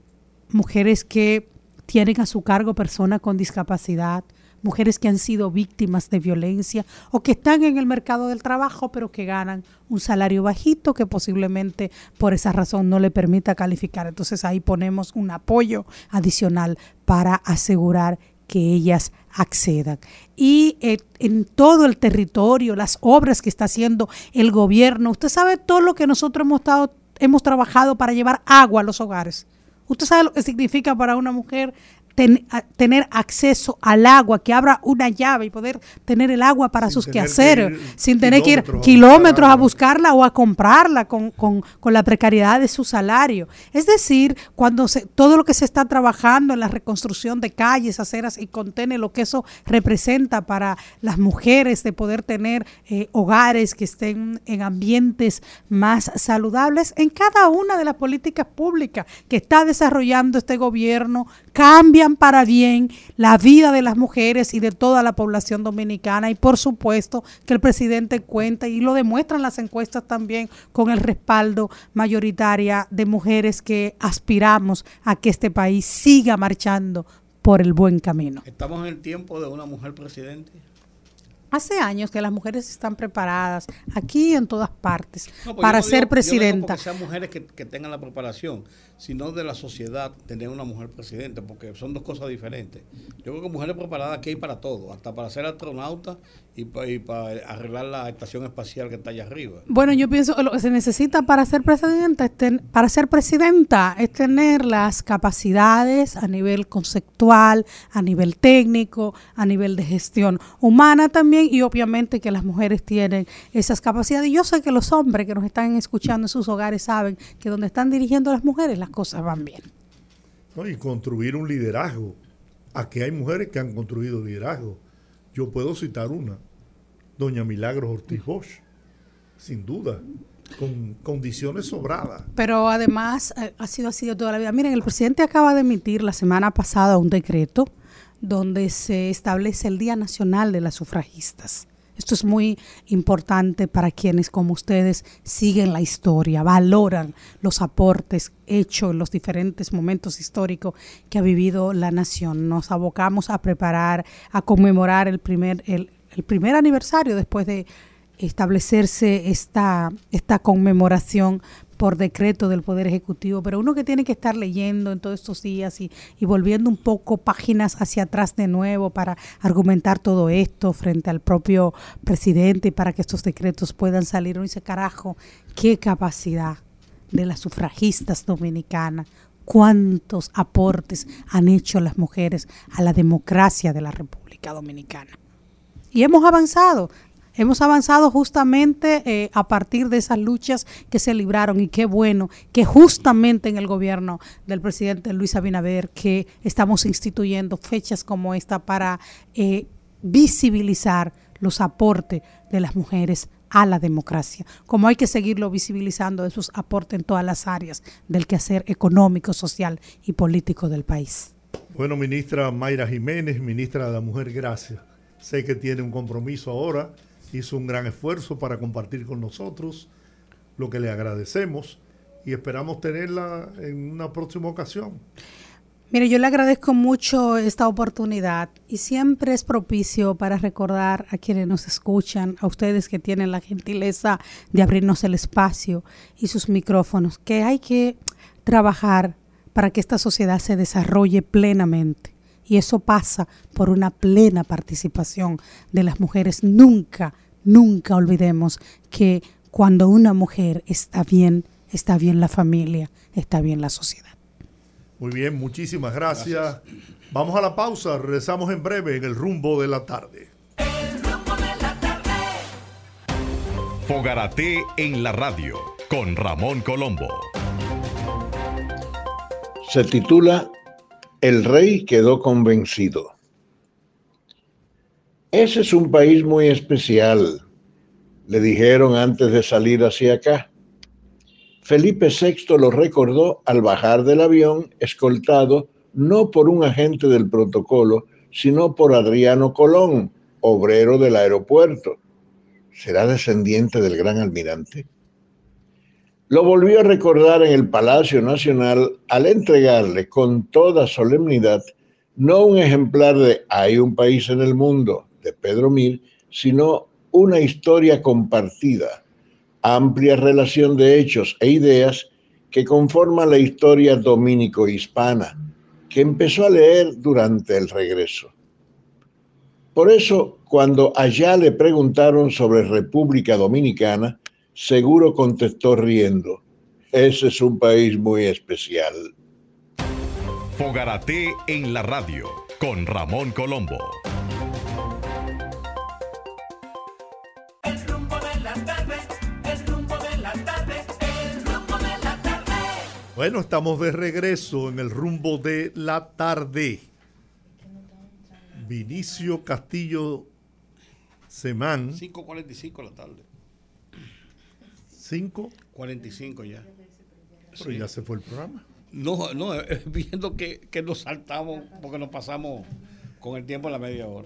mujeres que tienen a su cargo personas con discapacidad, mujeres que han sido víctimas de violencia o que están en el mercado del trabajo pero que ganan un salario bajito que posiblemente por esa razón no le permita calificar. Entonces ahí ponemos un apoyo adicional para asegurar que ellas accedan. Y en todo el territorio, las obras que está haciendo el gobierno, usted sabe todo lo que nosotros hemos trabajado para llevar agua a los hogares. Usted sabe lo que significa para una mujer tener acceso al agua, que abra una llave y poder tener el agua para sus quehaceres, sin tener que ir kilómetros a buscarla o a comprarla con la precariedad de su salario. Es decir, cuando todo lo que se está trabajando en la reconstrucción de calles, aceras y contenes, lo que eso representa para las mujeres de poder tener hogares que estén en ambientes más saludables, en cada una de las políticas públicas que está desarrollando este gobierno, cambian para bien la vida de las mujeres y de toda la población dominicana. Y por supuesto que el presidente cuenta, y lo demuestran las encuestas también, con el respaldo mayoritaria de mujeres que aspiramos a que este país siga marchando por el buen camino. ¿Estamos en el tiempo de una mujer presidente? Hace años que las mujeres están preparadas, aquí y en todas partes, para ser presidenta. Yo no digo porque sean mujeres que tengan la preparación, sino de la sociedad tener una mujer presidenta, porque son dos cosas diferentes. Yo creo que mujeres preparadas aquí hay para todo, hasta para ser astronauta y para arreglar la estación espacial que está allá arriba. Bueno, yo pienso que lo que se necesita para ser presidenta es tener las capacidades a nivel conceptual, a nivel técnico, a nivel de gestión humana también, y obviamente que las mujeres tienen esas capacidades. Y yo sé que los hombres que nos están escuchando en sus hogares saben que donde están dirigiendo las mujeres las cosas van bien. No, y construir un liderazgo. Aquí hay mujeres que han construido liderazgo. Yo puedo citar una, doña Milagros Ortiz Bosch, sin duda, con condiciones sobradas. Pero además ha sido así de toda la vida. Miren, el presidente acaba de emitir la semana pasada un decreto donde se establece el Día Nacional de las Sufragistas. Esto es muy importante para quienes como ustedes siguen la historia, valoran los aportes hechos en los diferentes momentos históricos que ha vivido la nación. Nos abocamos a preparar, a conmemorar el primer aniversario después de establecerse esta conmemoración por decreto del Poder Ejecutivo, pero uno que tiene que estar leyendo en todos estos días y volviendo un poco páginas hacia atrás de nuevo para argumentar todo esto frente al propio presidente y para que estos decretos puedan salir. Uno dice, carajo, qué capacidad de las sufragistas dominicanas, cuántos aportes han hecho las mujeres a la democracia de la República Dominicana. Y hemos avanzado justamente a partir de esas luchas que se libraron, y qué bueno que justamente en el gobierno del presidente Luis Abinader que estamos instituyendo fechas como esta para visibilizar los aportes de las mujeres a la democracia, como hay que seguirlo visibilizando esos aportes en todas las áreas del quehacer económico, social y político del país. Bueno, ministra Mayra Jiménez, ministra de la Mujer, gracias. Sé que tiene un compromiso ahora, hizo un gran esfuerzo para compartir con nosotros, lo que le agradecemos y esperamos tenerla en una próxima ocasión. Mire, yo le agradezco mucho esta oportunidad y siempre es propicio para recordar a quienes nos escuchan, a ustedes que tienen la gentileza de abrirnos el espacio y sus micrófonos, que hay que trabajar para que esta sociedad se desarrolle plenamente. Y eso pasa por una plena participación de las mujeres. Nunca olvidemos que cuando una mujer está bien la familia, está bien la sociedad. Muy bien, muchísimas gracias. Vamos a la pausa, regresamos en breve en el rumbo de la tarde. Fogarate en la radio con Ramón Colombo. Se titula El rey quedó convencido. Ese es un país muy especial, le dijeron antes de salir hacia acá. Felipe VI lo recordó al bajar del avión, escoltado no por un agente del protocolo, sino por Adriano Colón, obrero del aeropuerto. ¿Será descendiente del gran almirante? Lo volvió a recordar en el Palacio Nacional al entregarle con toda solemnidad no un ejemplar de Hay un país en el mundo de Pedro Mir, sino una historia compartida, amplia relación de hechos e ideas que conforman la historia dominico-hispana, que empezó a leer durante el regreso. Por eso, cuando allá le preguntaron sobre República Dominicana, seguro contestó riendo, ese es un país muy especial. Fogarate en la radio con Ramón Colombo. El rumbo de la tarde, el rumbo de la tarde, el rumbo de la tarde. Bueno, estamos de regreso en el rumbo de la tarde. Vinicio Castillo Semán. 5:45 de la tarde. 5:45 ya. Pero ya se fue el programa. No, viendo que nos saltamos porque nos pasamos con el tiempo a la media hora.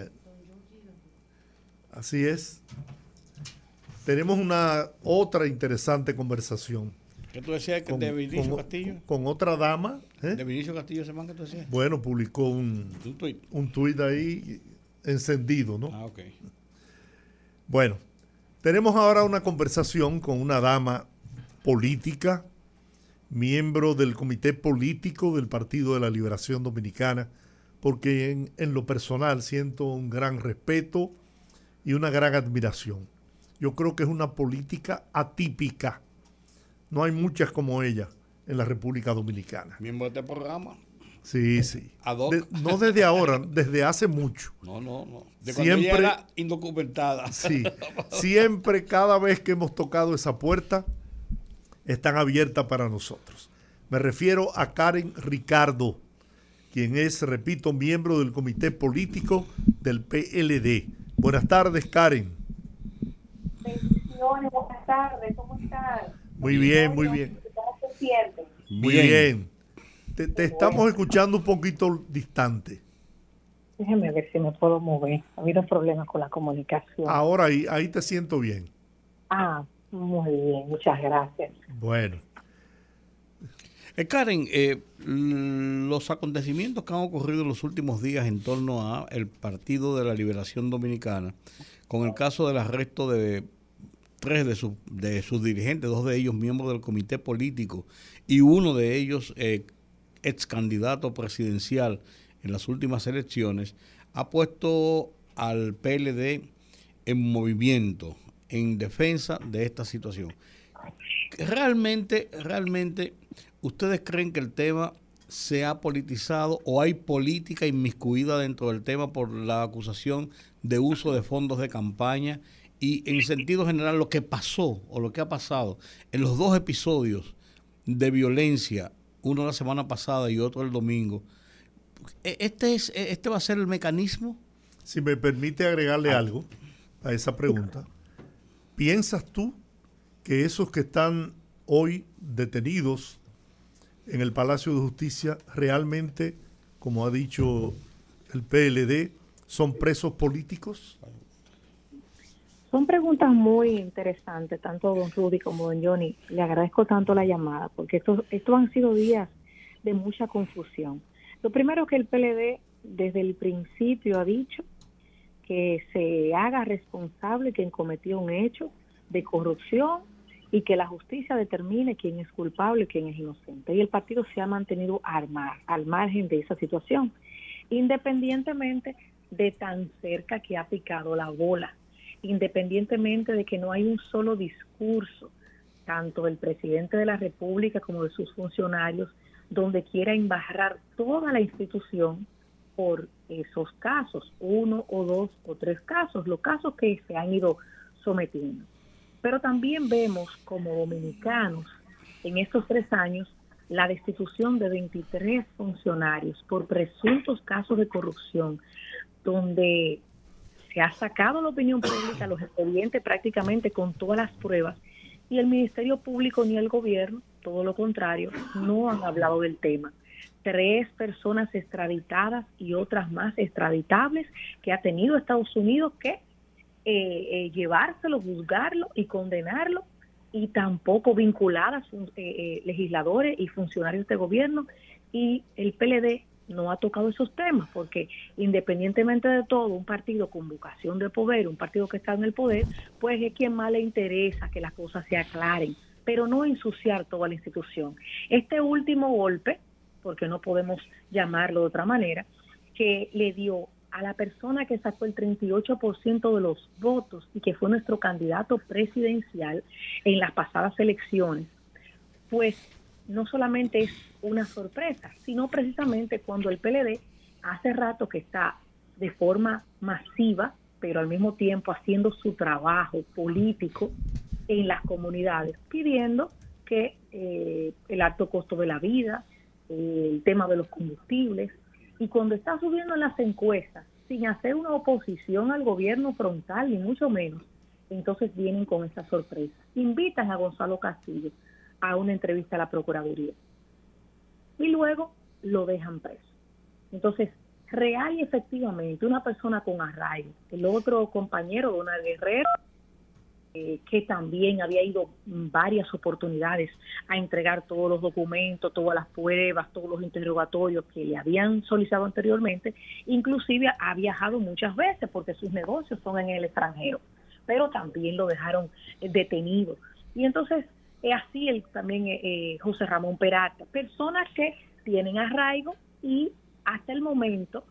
Así es. Tenemos una otra interesante conversación. ¿Qué tú decías de Vinicio Castillo? Con otra dama. ¿De Vinicio Castillo Semán qué tú decías? Bueno, publicó un tuit ahí encendido, ¿no? Ah, ok. Bueno, tenemos ahora una conversación con una dama política, miembro del Comité Político del Partido de la Liberación Dominicana, porque en lo personal siento un gran respeto y una gran admiración. Yo creo que es una política atípica. No hay muchas como ella en la República Dominicana. ¿Miembro de este programa? Sí, sí. Ad hoc. No desde ahora, desde hace mucho. No. De cuando ella era indocumentada. Sí. Siempre, cada vez que hemos tocado esa puerta, están abiertas para nosotros. Me refiero a Karen Ricardo, quien es, repito, miembro del Comité Político del PLD. Buenas tardes, Karen. Bendiciones, buenas tardes, ¿cómo estás? Muy bien, muy bien. ¿Cómo se sienten? Muy bien. Te estamos escuchando un poquito distante. Déjeme ver si me puedo mover. Ha habido problemas con la comunicación. Ahora ahí te siento bien. Ah, muy bien, muchas gracias. Bueno. Karen, los acontecimientos que han ocurrido en los últimos días en torno a el Partido de la Liberación Dominicana, con el caso del arresto de 3 de sus dirigentes, 2 de ellos miembros del comité político y uno de ellos ex candidato presidencial en las últimas elecciones, ha puesto al PLD en movimiento en defensa de esta situación. ¿Realmente ustedes creen que el tema se ha politizado o hay política inmiscuida dentro del tema por la acusación de uso de fondos de campaña? Y en sentido general, lo que pasó o lo que ha pasado en los 2 episodios de violencia, uno la semana pasada y otro el domingo, ¿este va a ser el mecanismo? Si me permite agregarle algo a esa pregunta, ¿piensas tú que esos que están hoy detenidos en el Palacio de Justicia realmente, como ha dicho el PLD, son presos políticos? Son preguntas muy interesantes, tanto don Rudy como don Johnny. Le agradezco tanto la llamada, porque estos han sido días de mucha confusión. Lo primero que el PLD desde el principio ha dicho que se haga responsable quien cometió un hecho de corrupción y que la justicia determine quién es culpable y quién es inocente. Y el partido se ha mantenido al margen de esa situación, independientemente de tan cerca que ha picado la bola, independientemente de que no hay un solo discurso, tanto del presidente de la República como de sus funcionarios, donde quiera embarrar toda la institución por esos casos, 1 o 2 o 3 casos, los casos que se han ido sometiendo. Pero también vemos como dominicanos en estos 3 años la destitución de 23 funcionarios por presuntos casos de corrupción, donde se ha sacado la opinión pública, los expedientes prácticamente con todas las pruebas, y el Ministerio Público ni el gobierno, todo lo contrario, no han hablado del tema. 3 personas extraditadas y otras más extraditables que ha tenido Estados Unidos que llevárselo, juzgarlo y condenarlo, y tampoco vinculadas legisladores y funcionarios de gobierno, y el PLD no ha tocado esos temas, porque independientemente de todo, un partido con vocación de poder, un partido que está en el poder, pues es quien más le interesa que las cosas se aclaren, pero no ensuciar toda la institución. Este último golpe, porque no podemos llamarlo de otra manera, que le dio a la persona que sacó el 38% de los votos y que fue nuestro candidato presidencial en las pasadas elecciones, pues no solamente es una sorpresa, sino precisamente cuando el PLD hace rato que está de forma masiva, pero al mismo tiempo haciendo su trabajo político en las comunidades, pidiendo que el alto costo de la vida, el tema de los combustibles, y cuando está subiendo en las encuestas, sin hacer una oposición al gobierno frontal, ni mucho menos, entonces vienen con esa sorpresa. Invitan a Gonzalo Castillo a una entrevista a la Procuraduría y luego lo dejan preso. Entonces, real y efectivamente, una persona con arraigo, el otro compañero, Donald Guerrero, que también había ido varias oportunidades a entregar todos los documentos, todas las pruebas, todos los interrogatorios que le habían solicitado anteriormente, inclusive ha viajado muchas veces porque sus negocios son en el extranjero, pero también lo dejaron detenido. Y entonces, así también José Ramón Peralta, personas que tienen arraigo y hasta el momento,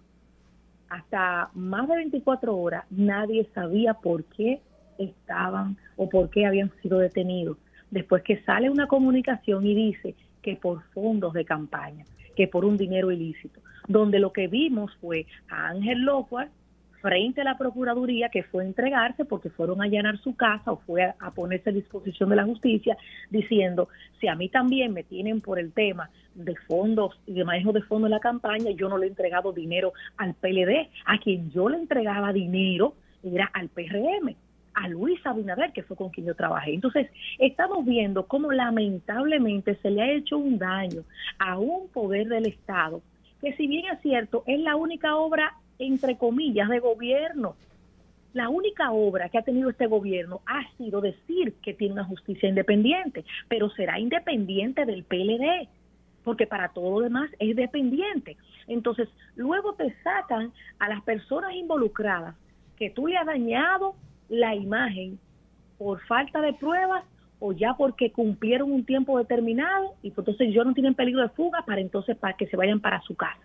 hasta más de 24 horas, nadie sabía por qué estaban o por qué habían sido detenidos. Después que sale una comunicación y dice que por fondos de campaña, que por un dinero ilícito, donde lo que vimos fue a Ángel Locuar frente a la Procuraduría, que fue a entregarse porque fueron a allanar su casa o fue a ponerse a disposición de la justicia, diciendo, si a mí también me tienen por el tema de fondos y de manejo de fondos de la campaña, yo no le he entregado dinero al PLD, a quien yo le entregaba dinero era al PRM, a Luis Abinader, que fue con quien yo trabajé. Entonces, estamos viendo cómo lamentablemente se le ha hecho un daño a un poder del Estado, que si bien es cierto, es la única obra, entre comillas, de gobierno. La única obra que ha tenido este gobierno ha sido decir que tiene una justicia independiente, pero será independiente del PLD, porque para todo lo demás es dependiente. Entonces, luego te sacan a las personas involucradas que tú le has dañado la imagen por falta de pruebas o ya porque cumplieron un tiempo determinado y pues entonces ellos no tienen peligro de fuga para que se vayan para su casa.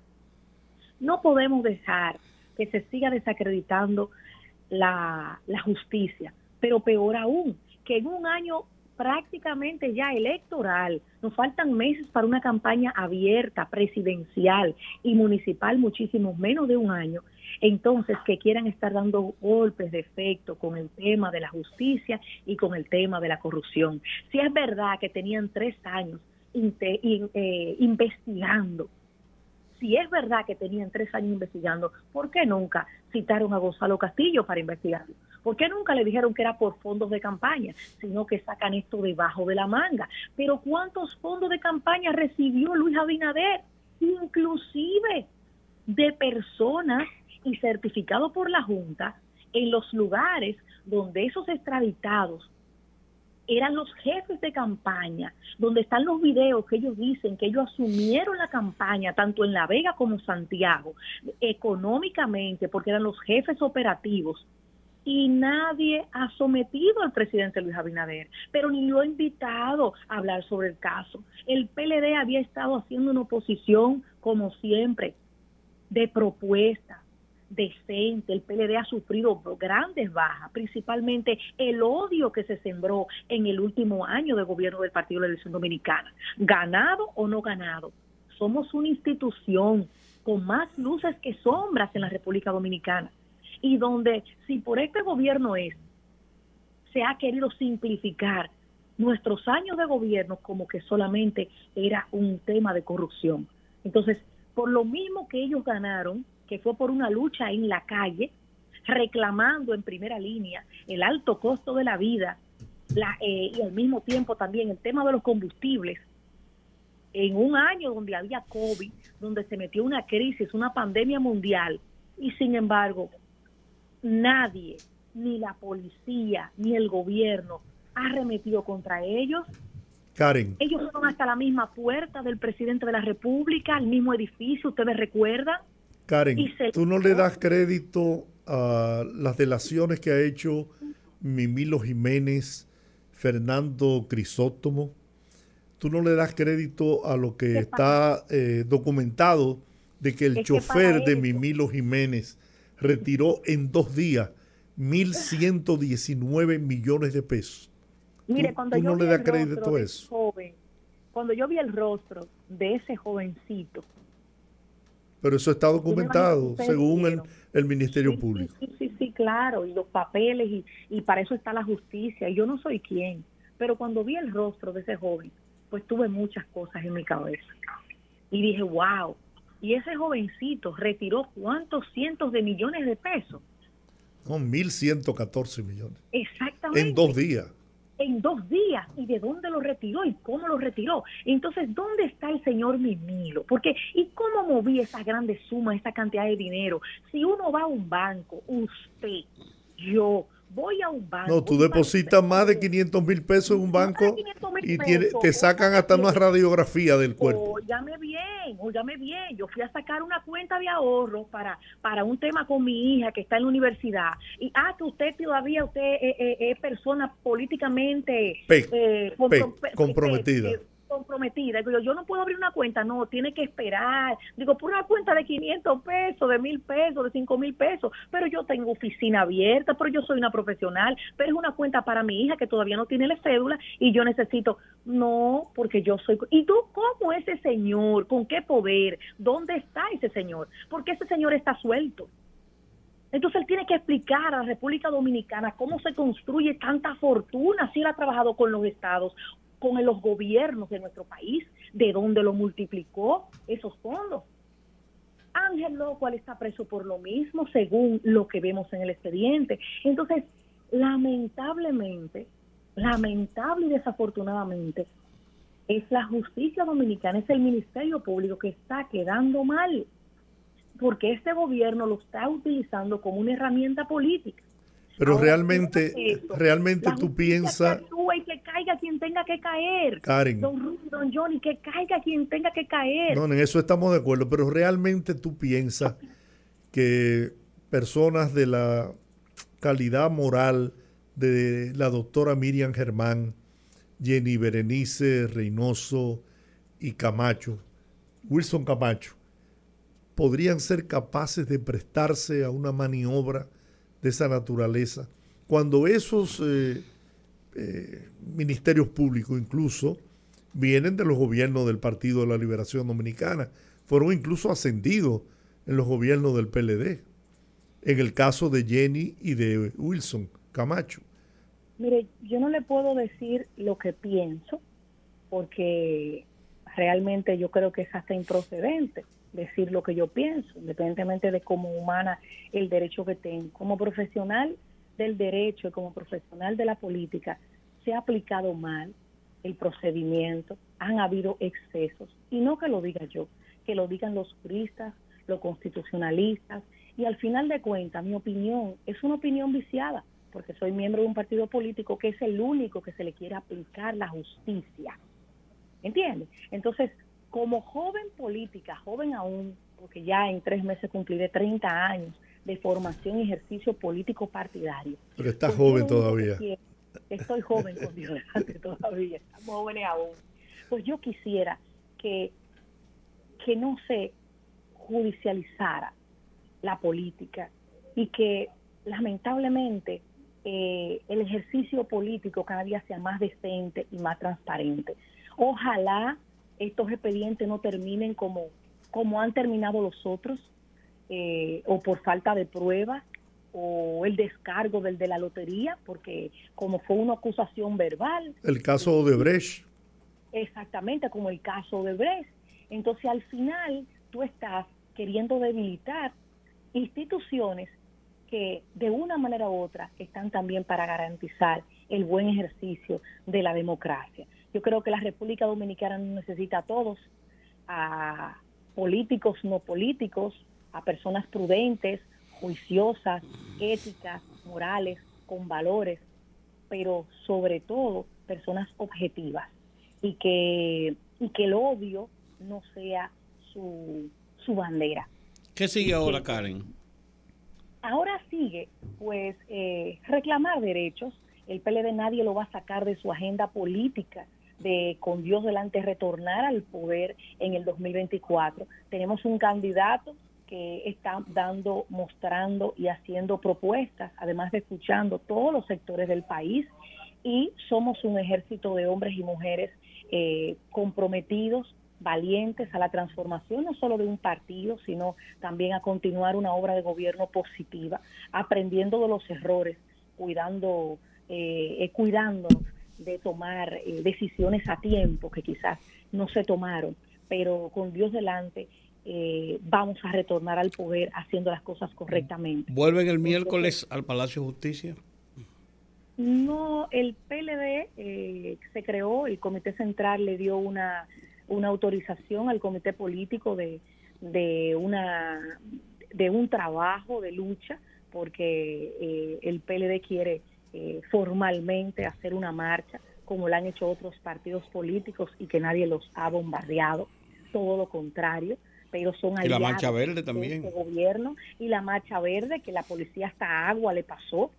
No podemos dejar que se siga desacreditando la justicia, pero peor aún, que en un año prácticamente ya electoral, nos faltan meses para una campaña abierta, presidencial y municipal, muchísimo menos de un año, entonces que quieran estar dando golpes de efecto con el tema de la justicia y con el tema de la corrupción. Si es verdad que tenían 3 años investigando, si es verdad que tenían 3 años investigando, ¿por qué nunca citaron a Gonzalo Castillo para investigarlo? ¿Por qué nunca le dijeron que era por fondos de campaña, sino que sacan esto debajo de la manga? Pero ¿cuántos fondos de campaña recibió Luis Abinader? Inclusive de personas y certificado por la Junta en los lugares donde esos extraditados eran los jefes de campaña, donde están los videos que ellos dicen que ellos asumieron la campaña tanto en La Vega como Santiago, económicamente, porque eran los jefes operativos, y nadie ha sometido al presidente Luis Abinader, pero ni lo ha invitado a hablar sobre el caso. El PLD había estado haciendo una oposición, como siempre, de propuestas, decente. El PLD ha sufrido grandes bajas, principalmente el odio que se sembró en el último año de gobierno del Partido de la Elección Dominicana, ganado o no ganado. somos una institución con más luces que sombras en la República Dominicana, y donde si por este gobierno se ha querido simplificar nuestros años de gobierno como que solamente era un tema de corrupción. Entonces, por lo mismo que ellos ganaron, que fue por una lucha en la calle, reclamando en primera línea el alto costo de la vida, y al mismo tiempo también el tema de los combustibles, en un año donde había COVID, donde se metió una crisis, una pandemia mundial, y sin embargo, nadie, ni la policía, ni el gobierno, ha arremetido contra ellos. Karen. Ellos fueron hasta la misma puerta del presidente de la República, al mismo edificio, ¿ustedes recuerdan? Karen, ¿tú no le das crédito a las delaciones que ha hecho Mimilo Jiménez, Fernando Crisóstomo? ¿Tú no le das crédito a lo que está documentado de que el chofer de Mimilo Jiménez retiró en 2 días 1.119 millones de pesos? Mire, ¿Tú no le das crédito a eso? Joven, cuando yo vi el rostro de ese jovencito. Pero eso está documentado según el Ministerio Público. Sí, claro, y los papeles, y para eso está la justicia, y yo no soy quien. Pero cuando vi el rostro de ese joven, pues tuve muchas cosas en mi cabeza. Y dije, wow, y ese jovencito retiró ¿cuántos cientos de millones de pesos? No, 1.114 millones. Exactamente. En 2 días. En 2 días. ¿Y de dónde lo retiró? ¿Y cómo lo retiró? Entonces, ¿dónde está el señor Mimilo? Porque, ¿y cómo moví esa grande suma, esa cantidad de dinero? Si uno va a un banco, usted, yo, voy a un banco. No, tú depositas más de 500,000 pesos en un banco y te sacan hasta una radiografía del cuerpo. Óigame bien. Yo fui a sacar una cuenta de ahorro para un tema con mi hija que está en la universidad. Y, que usted todavía es persona políticamente comprometida. Comprometida. Digo, yo no puedo abrir una cuenta, no, tiene que esperar. Digo, por una cuenta de 500 pesos, de 1,000 pesos, de 5,000 pesos, pero yo tengo oficina abierta, pero yo soy una profesional, pero es una cuenta para mi hija que todavía no tiene la cédula y yo necesito, no, porque yo soy... ¿Y tú cómo ese señor? ¿Con qué poder? ¿Dónde está ese señor? Porque ese señor está suelto. Entonces él tiene que explicar a la República Dominicana cómo se construye tanta fortuna si él ha trabajado con los estados, con los gobiernos de nuestro país, de dónde lo multiplicó esos fondos. Ángel Loco está preso por lo mismo, según lo que vemos en el expediente. Entonces, lamentable y desafortunadamente, es la justicia dominicana, es el Ministerio Público que está quedando mal, porque este gobierno lo está utilizando como una herramienta política. Pero ahora, realmente tú piensas... Y que caiga quien tenga que caer. Karen. Don Johnny, que caiga quien tenga que caer. No, en eso estamos de acuerdo, pero realmente tú piensas que personas de la calidad moral de la doctora Miriam Germán, Jenny Berenice Reynoso y Camacho, Wilson Camacho, podrían ser capaces de prestarse a una maniobra de esa naturaleza, cuando esos ministerios públicos incluso vienen de los gobiernos del Partido de la Liberación Dominicana, fueron incluso ascendidos en los gobiernos del PLD, en el caso de Jenny y de Wilson Camacho. Mire, yo no le puedo decir lo que pienso, porque realmente yo creo que es hasta improcedente decir lo que yo pienso, independientemente de cómo humana el derecho que tengo. Como profesional del derecho y como profesional de la política, se ha aplicado mal el procedimiento, han habido excesos, y no que lo diga yo, que lo digan los juristas, los constitucionalistas, y al final de cuentas mi opinión es una opinión viciada, porque soy miembro de un partido político que es el único que se le quiere aplicar la justicia, ¿entiendes? Entonces, como joven política, joven aún, porque ya en 3 meses cumpliré 30 años de formación y ejercicio político partidario. Pero está joven todavía. Estoy joven con Dios delante todavía, estamos jóvenes aún. Pues yo quisiera que no se judicializara la política y que lamentablemente el ejercicio político cada día sea más decente y más transparente. Ojalá estos expedientes no terminen como han terminado los otros, o por falta de pruebas, o el descargo del de la lotería, porque como fue una acusación verbal. El caso de Brecht. Exactamente, como el caso de Brecht. Entonces, al final, tú estás queriendo debilitar instituciones que de una manera u otra están también para garantizar el buen ejercicio de la democracia. Yo creo que la República Dominicana no necesita a todos, a políticos, no políticos, a personas prudentes, juiciosas, éticas, morales, con valores, pero sobre todo personas objetivas, y que el odio no sea su bandera. ¿Qué sigue ahora, Karen? Ahora sigue, pues, reclamar derechos. El PLD nadie lo va a sacar de su agenda política de, con Dios delante, retornar al poder en el 2024. Tenemos un candidato que está mostrando y haciendo propuestas, además de escuchando todos los sectores del país, y somos un ejército de hombres y mujeres comprometidos, valientes a la transformación, no solo de un partido, sino también a continuar una obra de gobierno positiva, aprendiendo de los errores, cuidándonos de tomar decisiones a tiempo que quizás no se tomaron, pero con Dios delante vamos a retornar al poder haciendo las cosas correctamente. ¿Vuelven el miércoles al Palacio de Justicia? No, el PLD se creó, el Comité Central le dio una autorización al comité político de un trabajo de lucha, porque el PLD quiere formalmente hacer una marcha, como lo han hecho otros partidos políticos, y que nadie los ha bombardeado, todo lo contrario, pero son aliados. Y la Marcha Verde también. De este gobierno, y la Marcha Verde, que la policía hasta agua le pasó,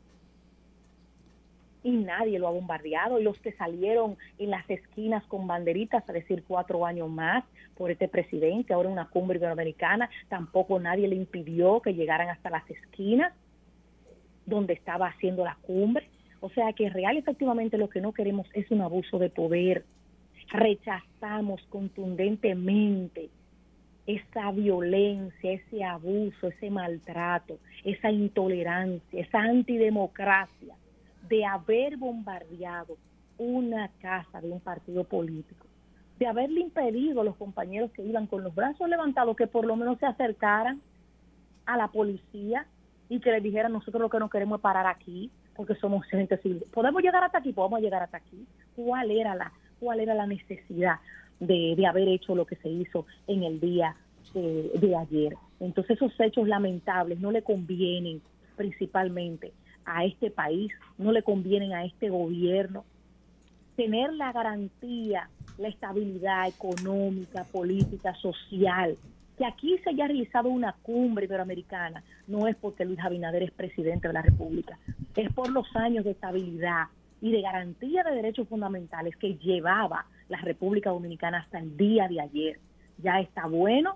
y nadie lo ha bombardeado, y los que salieron en las esquinas con banderitas a decir 4 años más por este presidente, ahora una cumbre iberoamericana, tampoco nadie le impidió que llegaran hasta las esquinas donde estaba haciendo la cumbre. O sea que real, efectivamente, lo que no queremos es un abuso de poder. Rechazamos contundentemente esa violencia, ese abuso, ese maltrato, esa intolerancia, esa antidemocracia de haber bombardeado una casa de un partido político, de haberle impedido a los compañeros que iban con los brazos levantados que por lo menos se acercaran a la policía y que les dijeran: nosotros lo que no queremos es parar aquí porque somos gente civil. ¿Podemos llegar hasta aquí? Podemos llegar hasta aquí. ¿Cuál era la necesidad de haber hecho lo que se hizo en el día de ayer? Entonces, esos hechos lamentables no le convienen principalmente a este país, no le convienen a este gobierno. Tener la garantía, la estabilidad económica, política, social, que aquí se haya realizado una cumbre iberoamericana, no es porque Luis Abinader es presidente de la República, es por los años de estabilidad y de garantía de derechos fundamentales que llevaba la República Dominicana hasta el día de ayer. Ya está bueno,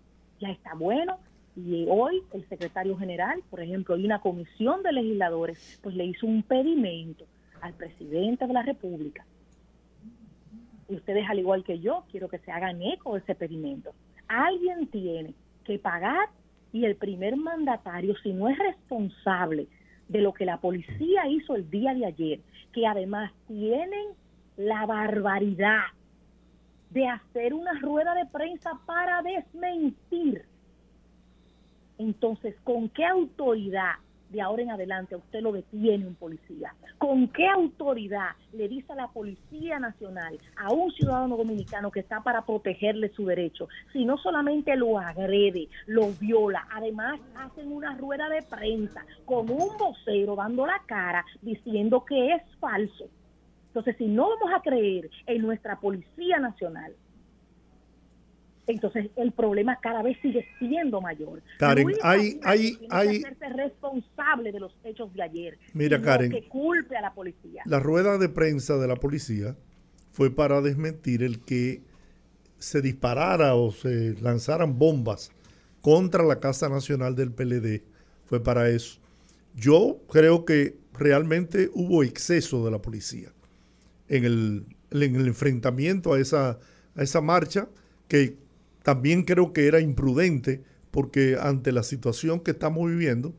y hoy el secretario general, por ejemplo, y una comisión de legisladores, pues le hizo un pedimento al presidente de la República. Y ustedes, al igual que yo, quiero que se hagan eco de ese pedimento. Alguien tiene que pagar, y el primer mandatario, si no es responsable de lo que la policía hizo el día de ayer, que además tienen la barbaridad de hacer una rueda de prensa para desmentir. Entonces, ¿con qué autoridad de ahora en adelante a usted lo detiene un policía? ¿Con qué autoridad le dice a la Policía Nacional, a un ciudadano dominicano que está para protegerle su derecho, si no solamente lo agrede, lo viola, además hacen una rueda de prensa con un vocero dando la cara diciendo que es falso? Entonces, si no vamos a creer en nuestra Policía Nacional, entonces el problema cada vez sigue siendo mayor. Karen, tiene que hacerse responsable de los hechos de ayer. Mira, Karen, que culpe a la policía. La rueda de prensa de la policía fue para desmentir el que se disparara o se lanzaran bombas contra la Casa Nacional del PLD. Fue para eso. Yo creo que realmente hubo exceso de la policía en el enfrentamiento a esa a esa marcha, que también creo que era imprudente, porque ante la situación que estamos viviendo,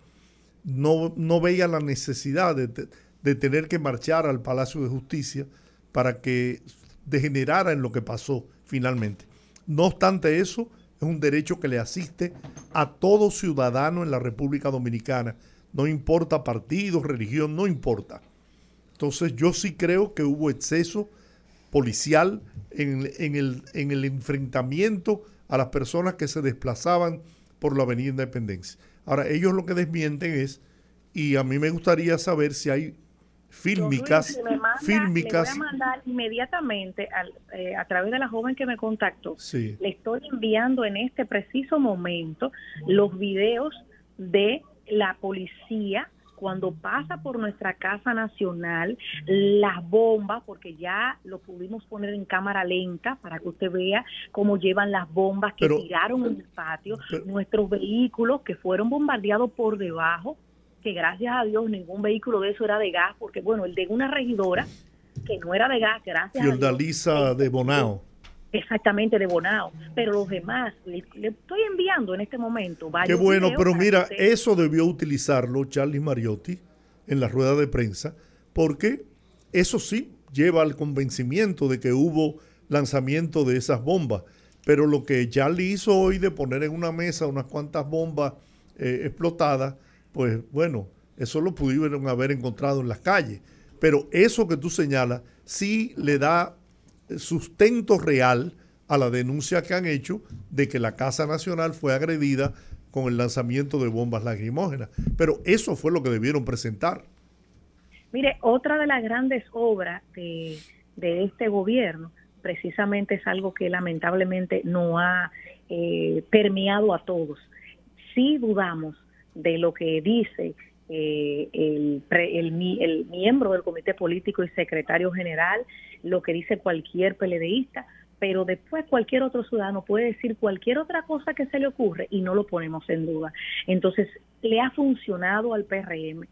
no veía la necesidad de tener que marchar al Palacio de Justicia para que degenerara en lo que pasó finalmente. No obstante eso, es un derecho que le asiste a todo ciudadano en la República Dominicana. No importa partido, religión, no importa. Entonces yo sí creo que hubo exceso policial en el enfrentamiento a las personas que se desplazaban por la Avenida Independencia. Ahora, ellos lo que desmienten es, y a mí me gustaría saber si hay fílmicas. Le voy a mandar inmediatamente a través de la joven que me contactó. Sí. Le estoy enviando en este preciso momento los videos de la policía cuando pasa por nuestra Casa Nacional, las bombas, porque ya lo pudimos poner en cámara lenta para que usted vea cómo llevan las bombas que tiraron en el patio, nuestros vehículos que fueron bombardeados por debajo, que gracias a Dios ningún vehículo de eso era de gas, porque bueno, el de una regidora que no era de gas, gracias a Dios. Fiordalisa de Bonao. Exactamente, de Bonao, pero los demás, le estoy enviando en este momento varios. Qué bueno, pero mira, eso debió utilizarlo Charlie Mariotti en la rueda de prensa, porque eso sí lleva al convencimiento de que hubo lanzamiento de esas bombas, pero lo que Charlie hizo hoy de poner en una mesa unas cuantas bombas explotadas, pues bueno, eso lo pudieron haber encontrado en las calles, pero eso que tú señalas sí le da sustento real a la denuncia que han hecho de que la Casa Nacional fue agredida con el lanzamiento de bombas lacrimógenas. Pero eso fue lo que debieron presentar. Mire, otra de las grandes obras de este gobierno precisamente es algo que lamentablemente no ha permeado a todos. Sí dudamos de lo que dice el miembro del comité político y secretario general, lo que dice cualquier PLDista, pero después cualquier otro ciudadano puede decir cualquier otra cosa que se le ocurre y no lo ponemos en duda. Entonces, le ha funcionado al PRM,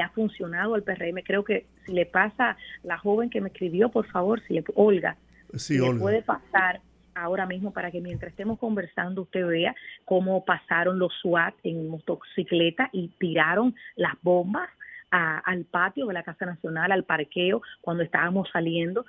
creo que si le pasa la joven que me escribió, por favor, Olga, sí, si Olga, le puede pasar ahora mismo para que mientras estemos conversando usted vea cómo pasaron los SWAT en motocicleta y tiraron las bombas al patio de la Casa Nacional, al parqueo, cuando estábamos saliendo.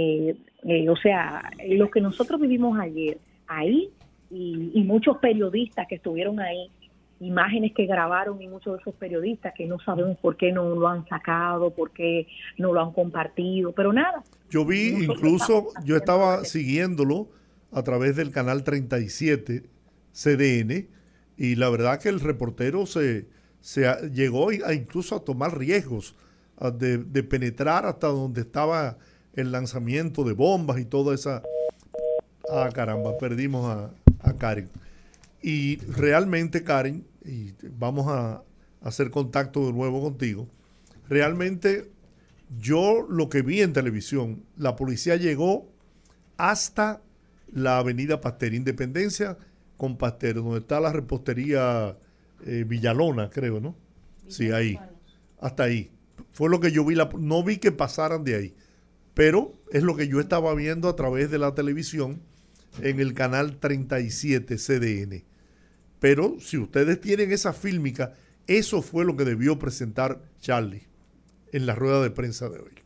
O sea, lo que nosotros vivimos ayer ahí y muchos periodistas que estuvieron ahí, imágenes que grabaron y muchos de esos periodistas que no sabemos por qué no lo han sacado, por qué no lo han compartido, pero nada. Yo vi, incluso yo estaba siguiéndolo a través del canal 37 CDN y la verdad que el reportero se llegó incluso a tomar riesgos de penetrar hasta donde estaba el lanzamiento de bombas y toda esa... Ah, caramba, perdimos a Karen. Y realmente, Karen, y vamos a hacer contacto de nuevo contigo, realmente yo lo que vi en televisión, la policía llegó hasta la avenida Pasteur Independencia con Pasteur, donde está la repostería Villalona, creo, ¿no? Sí, ahí, hasta ahí. Fue lo que yo vi, no vi que pasaran de ahí, pero es lo que yo estaba viendo a través de la televisión en el canal 37 CDN. Pero si ustedes tienen esa fílmica, eso fue lo que debió presentar Charlie en la rueda de prensa de hoy.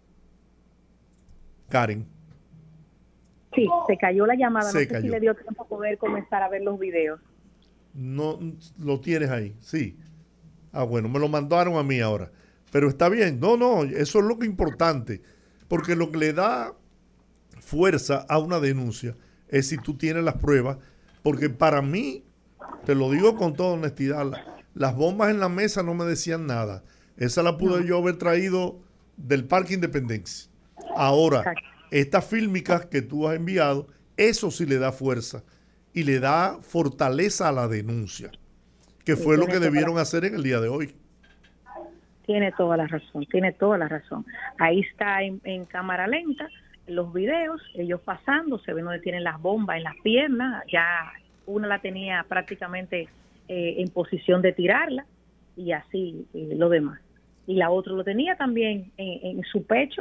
Karen. Sí, se cayó la llamada, no sé si le dio tiempo a poder comenzar a ver los videos. No, lo tienes ahí, sí. Ah, bueno, me lo mandaron a mí ahora. Pero está bien, no, eso es lo que es importante, porque lo que le da fuerza a una denuncia es si tú tienes las pruebas, porque para mí, te lo digo con toda honestidad, las bombas en la mesa no me decían nada. Esa la pude yo haber traído del Parque Independencia. Ahora, estas fílmicas que tú has enviado, eso sí le da fuerza y le da fortaleza a la denuncia, que fue lo que debieron hacer en el día de hoy. Tiene toda la razón. Ahí está en cámara lenta los videos, ellos pasando, se ven donde tienen las bombas en las piernas, ya una la tenía prácticamente en posición de tirarla y así lo demás. Y la otra lo tenía también en su pecho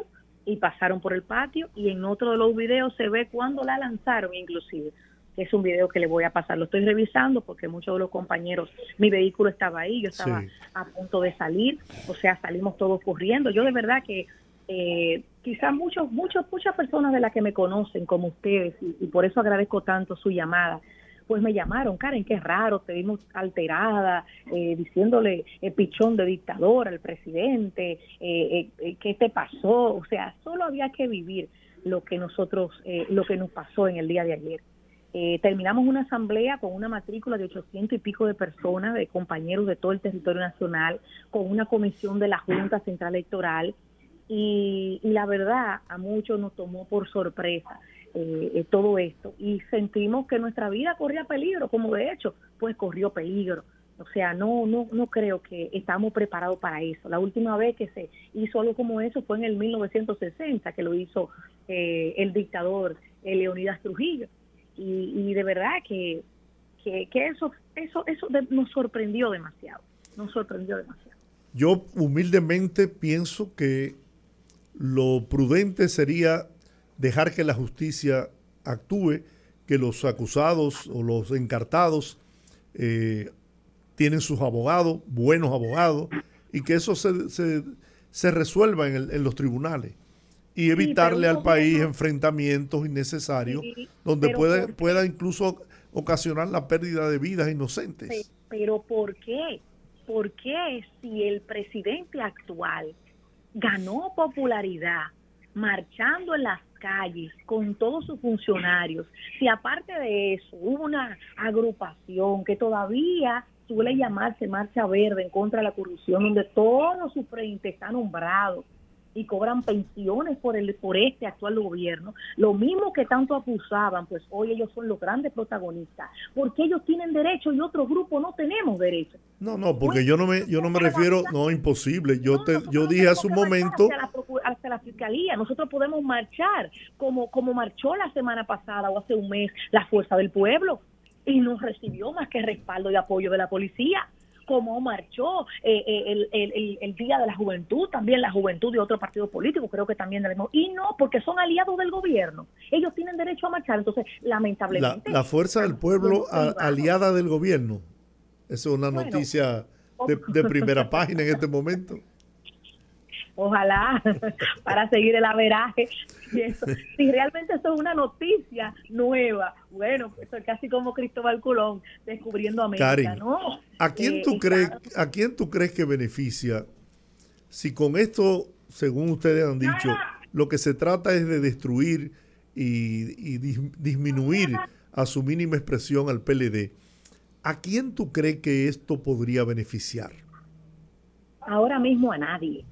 y pasaron por el patio, y en otro de los videos se ve cuando la lanzaron inclusive. Es un video que le voy a pasar, lo estoy revisando porque muchos de los compañeros, mi vehículo estaba ahí, yo estaba a punto de salir, o sea, salimos todos corriendo. Yo de verdad que quizás muchas personas de las que me conocen como ustedes, y por eso agradezco tanto su llamada, pues me llamaron: Karen, qué raro, te vimos alterada, diciéndole pichón de dictador al presidente, ¿qué te pasó? O sea, solo había que vivir lo que nos pasó en el día de ayer. Terminamos una asamblea con una matrícula de 800 y pico de personas, de compañeros de todo el territorio nacional, con una comisión de la Junta Central Electoral, y la verdad a muchos nos tomó por sorpresa todo esto, y sentimos que nuestra vida corría peligro, como de hecho pues corrió peligro. O sea, no creo que estamos preparados para eso. La última vez que se hizo algo como eso fue en el 1960, que lo hizo el dictador Leonidas Trujillo. Y de verdad que eso nos sorprendió demasiado. Yo humildemente pienso que lo prudente sería dejar que la justicia actúe, que los acusados o los encartados tienen sus abogados, buenos abogados, y que eso se resuelva en los tribunales, y evitarle al país enfrentamientos innecesarios, donde pueda incluso ocasionar la pérdida de vidas inocentes. Pero ¿por qué? ¿Por qué si el presidente actual ganó popularidad marchando en las calles con todos sus funcionarios, si aparte de eso hubo una agrupación que todavía suele llamarse Marcha Verde en contra de la corrupción, donde todos sus frentes están nombrados y cobran pensiones por este actual gobierno, lo mismo que tanto acusaban, pues hoy ellos son los grandes protagonistas, porque ellos tienen derecho y otro grupo no tenemos derecho? No, porque yo no me refiero, no, imposible. Yo dije hace un momento hacia la fiscalía. Nosotros podemos marchar como marchó la semana pasada o hace un mes la Fuerza del Pueblo, y no recibió más que respaldo y apoyo de la policía. Como marchó el Día de la Juventud, también la juventud de otro partido político, creo que también y no, porque son aliados del gobierno, ellos tienen derecho a marchar. Entonces, lamentablemente la Fuerza del Pueblo aliada del gobierno, esa es una noticia de primera página en este momento. Ojalá, para seguir el averaje. Si realmente eso es una noticia nueva, bueno, pues es casi como Cristóbal Colón descubriendo América. Karen, ¿no? ¿a quién tú crees que beneficia si con esto, según ustedes han dicho, lo que se trata es de destruir y disminuir a su mínima expresión al PLD? ¿A quién tú crees que esto podría beneficiar? Ahora mismo a nadie.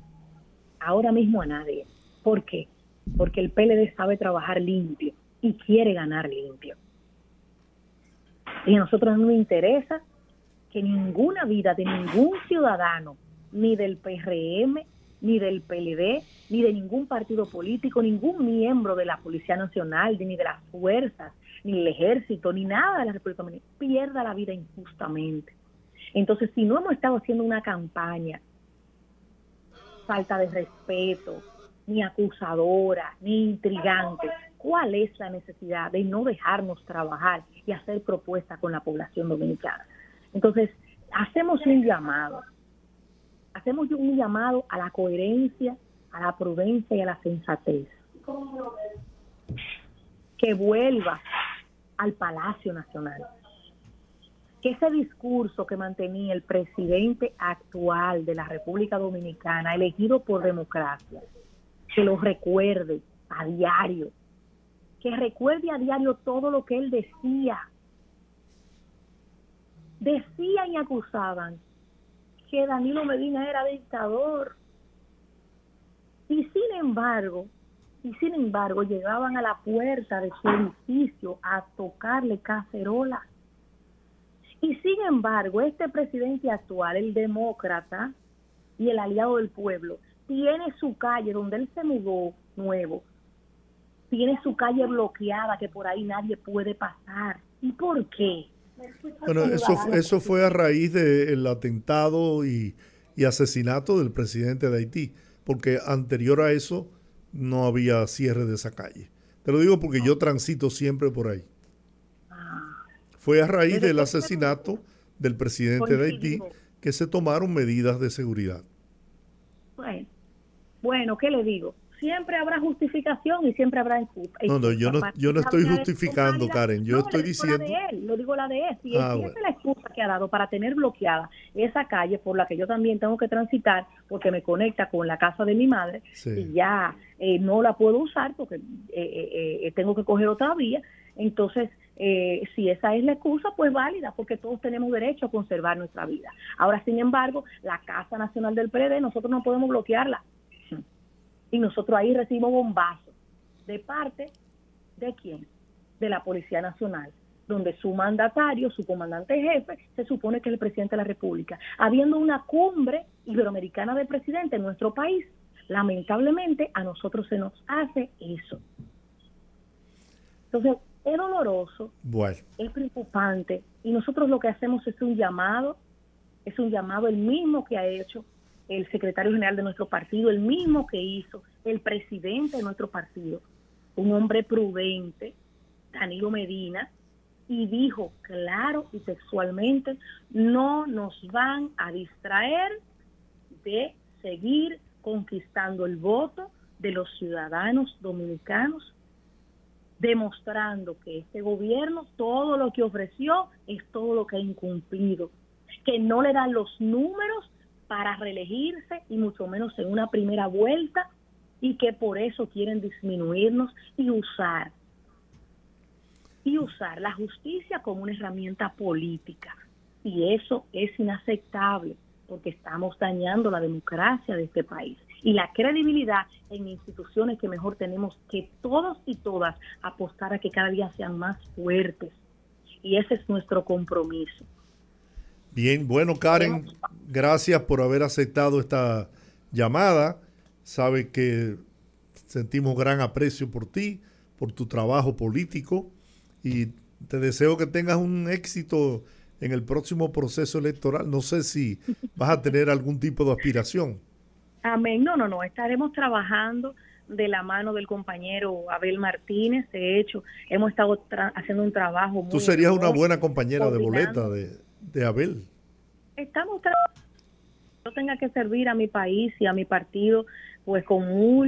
¿Por qué? Porque el PLD sabe trabajar limpio y quiere ganar limpio. Y a nosotros no nos interesa que ninguna vida de ningún ciudadano, ni del PRM, ni del PLD, ni de ningún partido político, ningún miembro de la Policía Nacional, ni de las fuerzas, ni el ejército, ni nada de la República Dominicana, pierda la vida injustamente. Entonces, si no hemos estado haciendo una campaña falta de respeto, ni acusadora, ni intrigante, ¿cuál es la necesidad de no dejarnos trabajar y hacer propuestas con la población dominicana? Entonces, hacemos un llamado a la coherencia, a la prudencia y a la sensatez. Que vuelva al Palacio Nacional. Que ese discurso que mantenía el presidente actual de la República Dominicana, elegido por democracia, que lo recuerde a diario, que recuerde a diario todo lo que él decía. Decían y acusaban que Danilo Medina era dictador. Y sin embargo, llegaban a la puerta de su edificio a tocarle cacerolas. Y sin embargo, este presidente actual, el demócrata y el aliado del pueblo, tiene su calle donde él se mudó nuevo, tiene su calle bloqueada, que por ahí nadie puede pasar. ¿Y por qué? Bueno, eso fue a raíz del atentado y asesinato del presidente de Haití, porque anterior a eso no había cierre de esa calle. Te lo digo porque yo transito siempre por ahí. Fue a raíz del asesinato del presidente de Haití que se tomaron medidas de seguridad. Bueno, ¿qué le digo? Siempre habrá justificación y siempre habrá excusa. No, yo no estoy justificando, Karen. Yo estoy diciendo... Lo digo la de él. Si esa es la excusa que ha dado para tener bloqueada esa calle por la que yo también tengo que transitar porque me conecta con la casa de mi madre, sí, y ya no la puedo usar porque tengo que coger otra vía. Entonces, si esa es la excusa, pues válida, porque todos tenemos derecho a conservar nuestra vida. Ahora, sin embargo, la Casa Nacional del PLD, nosotros no podemos bloquearla. Y nosotros ahí recibimos bombazos. ¿De parte de quién? De la Policía Nacional, donde su mandatario, su comandante jefe, se supone que es el presidente de la República. Habiendo una cumbre iberoamericana del presidente en nuestro país, lamentablemente a nosotros se nos hace eso. Entonces, es doloroso, bueno, es preocupante, y nosotros lo que hacemos es un llamado el mismo que ha hecho el secretario general de nuestro partido, el mismo que hizo el presidente de nuestro partido, un hombre prudente, Danilo Medina, y dijo claro y textualmente: no nos van a distraer de seguir conquistando el voto de los ciudadanos dominicanos, demostrando que este gobierno todo lo que ofreció es todo lo que ha incumplido, que no le dan los números para reelegirse y mucho menos en una primera vuelta, y que por eso quieren disminuirnos y usar la justicia como una herramienta política. Y eso es inaceptable porque estamos dañando la democracia de este país y la credibilidad en instituciones que mejor tenemos que todos y todas apostar a que cada día sean más fuertes. Y ese es nuestro compromiso. Bien, bueno, Karen, gracias por haber aceptado esta llamada. Sabe que sentimos gran aprecio por ti, por tu trabajo político, y te deseo que tengas un éxito en el próximo proceso electoral. No sé si vas a tener algún tipo de aspiración. Amén. No. Estaremos trabajando de la mano del compañero Abel Martínez. De hecho, hemos estado haciendo un trabajo muy... Tú serías una buena compañera de boleta de Abel. Estamos trabajando. Yo tenga que servir a mi país y a mi partido, pues con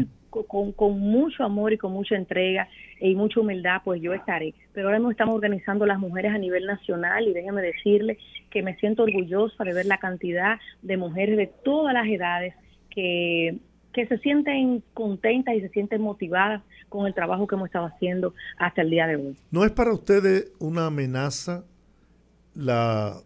mucho amor y con mucha entrega y mucha humildad, pues yo estaré. Pero ahora mismo estamos organizando las mujeres a nivel nacional, y déjeme decirle que me siento orgullosa de ver la cantidad de mujeres de todas las edades que se sienten contentas y se sienten motivadas con el trabajo que hemos estado haciendo hasta el día de hoy. ¿No es para ustedes una amenaza la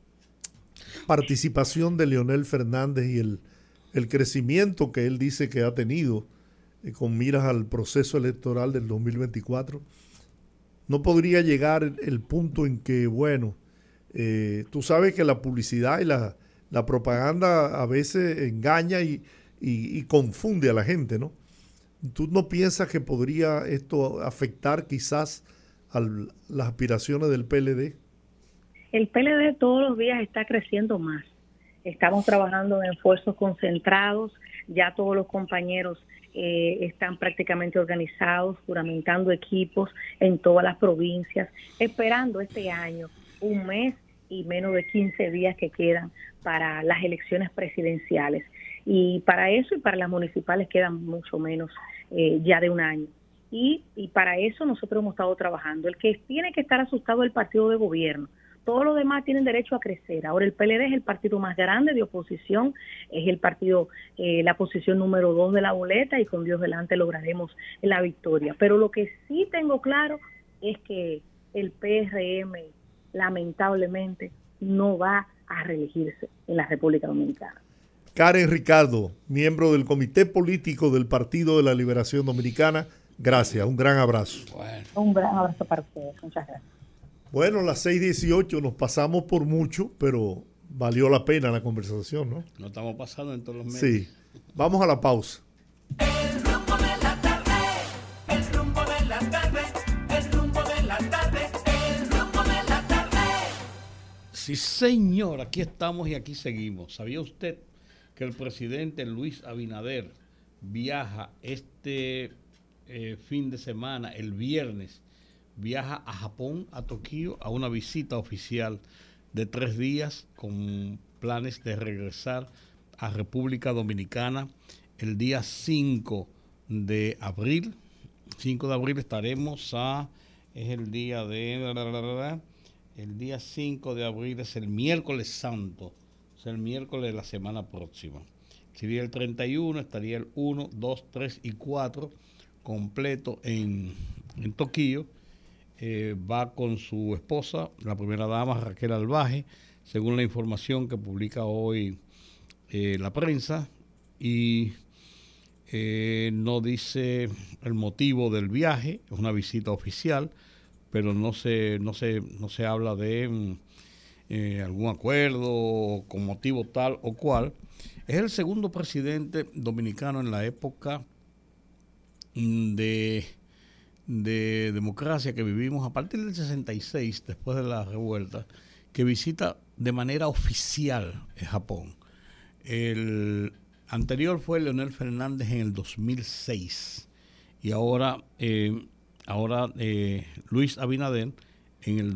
participación de Leonel Fernández y el crecimiento que él dice que ha tenido con miras al proceso electoral del 2024? ¿No podría llegar el punto en que, bueno, tú sabes que la publicidad y la propaganda a veces engaña y confunde a la gente, ¿no? ¿Tú no piensas que podría esto afectar quizás a las aspiraciones del PLD? El PLD todos los días está creciendo más. Estamos trabajando en esfuerzos concentrados, ya todos los compañeros están prácticamente organizados, juramentando equipos en todas las provincias, esperando este año, un mes y menos de 15 días que quedan para las elecciones presidenciales. Y para eso y para las municipales quedan mucho menos ya de un año. Y para eso nosotros hemos estado trabajando. El que tiene que estar asustado es el partido de gobierno. Todos los demás tienen derecho a crecer. Ahora el PLD es el partido más grande de oposición, es el partido, la posición número 2 de la boleta, y con Dios delante lograremos la victoria. Pero lo que sí tengo claro es que el PRM lamentablemente no va a reelegirse en la República Dominicana. Karen Ricardo, miembro del Comité Político del Partido de la Liberación Dominicana, gracias, un gran abrazo. Bueno. Un gran abrazo para ustedes, muchas gracias. Bueno, las 6:18 nos pasamos por mucho, pero valió la pena la conversación, ¿no? Nos estamos pasando en todos los medios. Sí. Vamos a la pausa. El rumbo de la tarde, el rumbo de la tarde, el rumbo de la tarde, el rumbo de la tarde. Sí, señor, aquí estamos y aquí seguimos. ¿Sabía usted que el presidente Luis Abinader viaja este fin de semana, el viernes, viaja a Japón, a Tokio, a una visita oficial de 3 días con planes de regresar a República Dominicana el día 5 de abril. 5 de abril estaremos es el día el día 5 de abril es el miércoles santo, es el miércoles de la semana próxima. Sería el 31, estaría el 1, 2, 3 y 4 completo en Tokio. Va con su esposa, la primera dama Raquel Albaje, según la información que publica hoy la prensa, y no dice el motivo del viaje, es una visita oficial, pero no se habla de algún acuerdo con motivo tal o cual. Es el segundo presidente dominicano en la época de democracia que vivimos a partir del 66, después de la revuelta, que visita de manera oficial Japón. El anterior fue Leonel Fernández en el 2006 y ahora Luis Abinader en el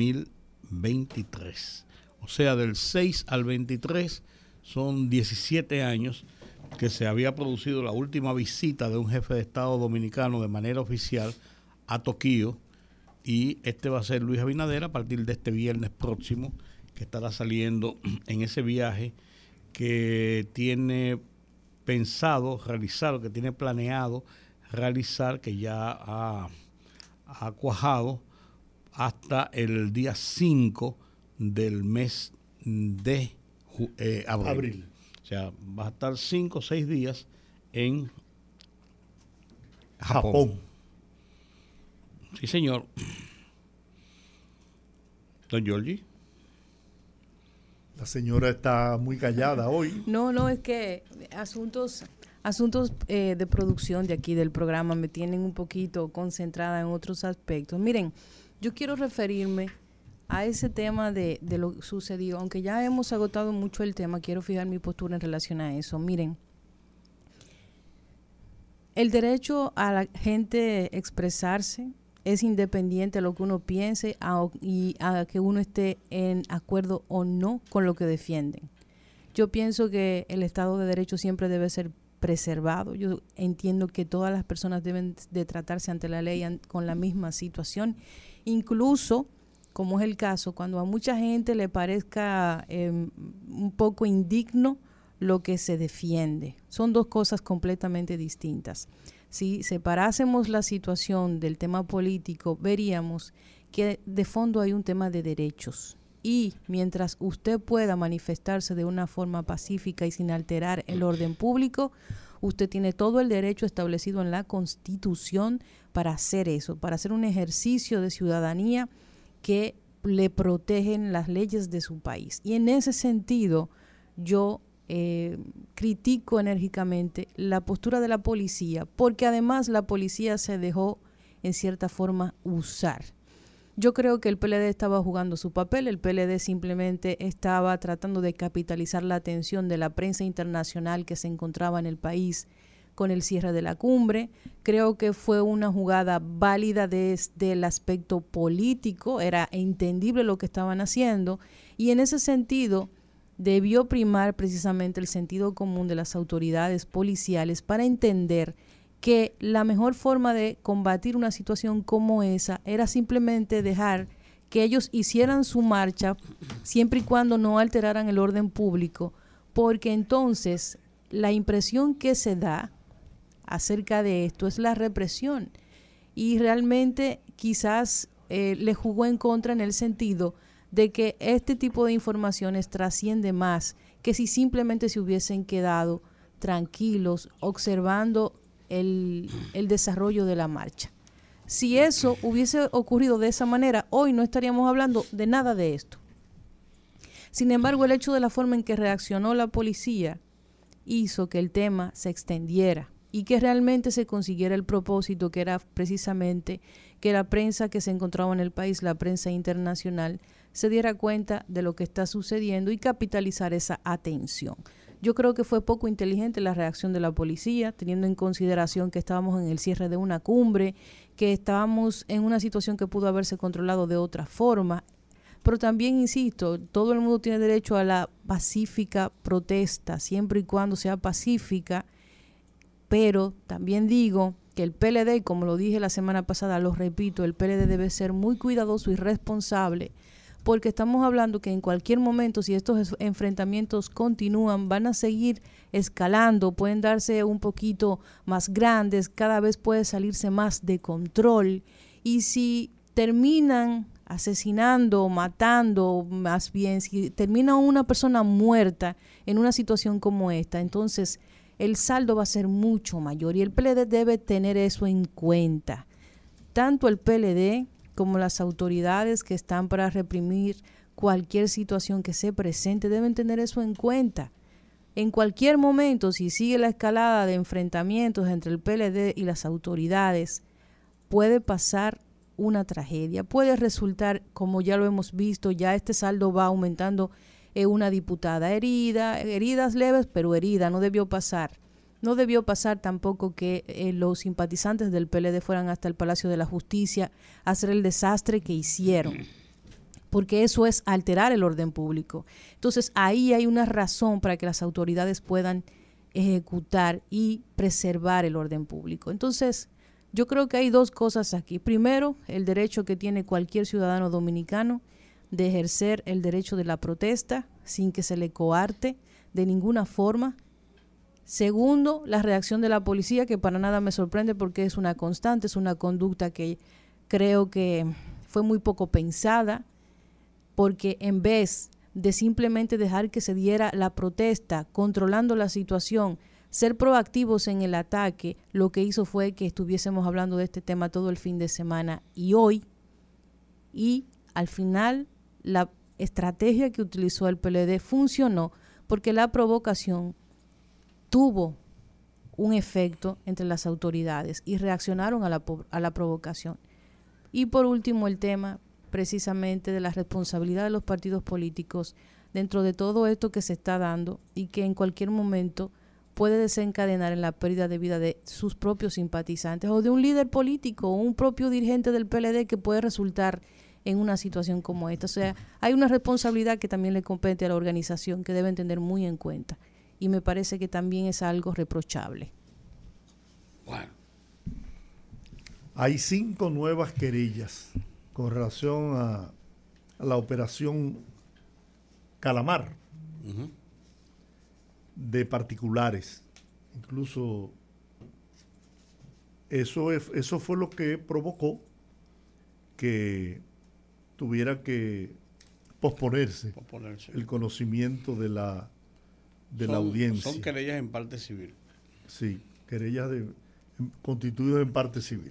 2023. O sea, del 6 al 23 son 17 años que se había producido la última visita de un jefe de Estado dominicano de manera oficial a Tokio, y este va a ser Luis Abinader a partir de este viernes próximo, que estará saliendo en ese viaje que tiene pensado realizar, que tiene planeado realizar, que ya ha cuajado hasta el día 5 del mes de abril. O sea, va a estar 5 o 6 días en Japón. Sí, señor. Don Giorgi. La señora está muy callada hoy. No, es que asuntos de producción de aquí del programa me tienen un poquito concentrada en otros aspectos. Miren, yo quiero referirme a ese tema de lo sucedido, aunque ya hemos agotado mucho el tema, quiero fijar mi postura en relación a eso. Miren, el derecho a la gente expresarse es independiente de lo que uno piense y a que uno esté en acuerdo o no con lo que defienden. Yo pienso que el Estado de Derecho siempre debe ser preservado. Yo entiendo que todas las personas deben de tratarse ante la ley con la misma situación, incluso, como es el caso, cuando a mucha gente le parezca un poco indigno lo que se defiende. Son dos cosas completamente distintas. Si separásemos la situación del tema político, veríamos que de fondo hay un tema de derechos. Y mientras usted pueda manifestarse de una forma pacífica y sin alterar el orden público, usted tiene todo el derecho establecido en la Constitución para hacer eso, para hacer un ejercicio de ciudadanía que le protegen las leyes de su país. Y en ese sentido, yo critico enérgicamente la postura de la policía, porque además la policía se dejó en cierta forma usar. Yo creo que el PLD estaba jugando su papel, el PLD simplemente estaba tratando de capitalizar la atención de la prensa internacional que se encontraba en el país con el cierre de la cumbre. Creo que fue una jugada válida desde el aspecto político, era entendible lo que estaban haciendo, y en ese sentido debió primar precisamente el sentido común de las autoridades policiales para entender que la mejor forma de combatir una situación como esa era simplemente dejar que ellos hicieran su marcha siempre y cuando no alteraran el orden público, porque entonces la impresión que se da acerca de esto es la represión, y realmente quizás le jugó en contra en el sentido de que este tipo de informaciones trasciende más que si simplemente se hubiesen quedado tranquilos observando el desarrollo de la marcha. Si eso hubiese ocurrido de esa manera, hoy no estaríamos hablando de nada de esto. Sin embargo, el hecho de la forma en que reaccionó la policía hizo que el tema se extendiera y que realmente se consiguiera el propósito, que era precisamente que la prensa que se encontraba en el país, la prensa internacional, se diera cuenta de lo que está sucediendo y capitalizar esa atención. Yo creo que fue poco inteligente la reacción de la policía, teniendo en consideración que estábamos en el cierre de una cumbre, que estábamos en una situación que pudo haberse controlado de otra forma. Pero también, insisto, todo el mundo tiene derecho a la pacífica protesta, siempre y cuando sea pacífica, pero también digo que el PLD, como lo dije la semana pasada, lo repito, el PLD debe ser muy cuidadoso y responsable, porque estamos hablando que en cualquier momento, si estos enfrentamientos continúan, van a seguir escalando, pueden darse un poquito más grandes, cada vez puede salirse más de control, y si terminan asesinando, matando, más bien, si termina una persona muerta en una situación como esta, entonces el saldo va a ser mucho mayor, y el PLD debe tener eso en cuenta. Tanto el PLD como las autoridades que están para reprimir cualquier situación que se presente deben tener eso en cuenta. En cualquier momento, si sigue la escalada de enfrentamientos entre el PLD y las autoridades, puede pasar una tragedia. Puede resultar, como ya lo hemos visto, ya este saldo va aumentando, una diputada herida, heridas leves, pero herida, no debió pasar. No debió pasar tampoco que los simpatizantes del PLD fueran hasta el Palacio de la Justicia a hacer el desastre que hicieron, porque eso es alterar el orden público. Entonces ahí hay una razón para que las autoridades puedan ejecutar y preservar el orden público. Entonces yo creo que hay dos cosas aquí. Primero, el derecho que tiene cualquier ciudadano dominicano de ejercer el derecho de la protesta sin que se le coarte de ninguna forma. Segundo, la reacción de la policía, que para nada me sorprende porque es una constante, es una conducta que creo que fue muy poco pensada, porque en vez de simplemente dejar que se diera la protesta controlando la situación, ser proactivos en el ataque, lo que hizo fue que estuviésemos hablando de este tema todo el fin de semana y hoy, y al final la estrategia que utilizó el PLD funcionó porque la provocación tuvo un efecto entre las autoridades y reaccionaron a la provocación. Y por último, el tema precisamente de la responsabilidad de los partidos políticos dentro de todo esto que se está dando y que en cualquier momento puede desencadenar en la pérdida de vida de sus propios simpatizantes o de un líder político o un propio dirigente del PLD que puede resultar en una situación como esta. O sea, hay una responsabilidad que también le compete a la organización que deben tener muy en cuenta. Y me parece que también es algo reprochable. Bueno. Hay 5 nuevas querellas con relación a la operación Calamar de particulares. Incluso eso fue lo que provocó que tuviera que posponerse el conocimiento de la audiencia. Son querellas en parte civil. Sí, querellas constituidas en parte civil.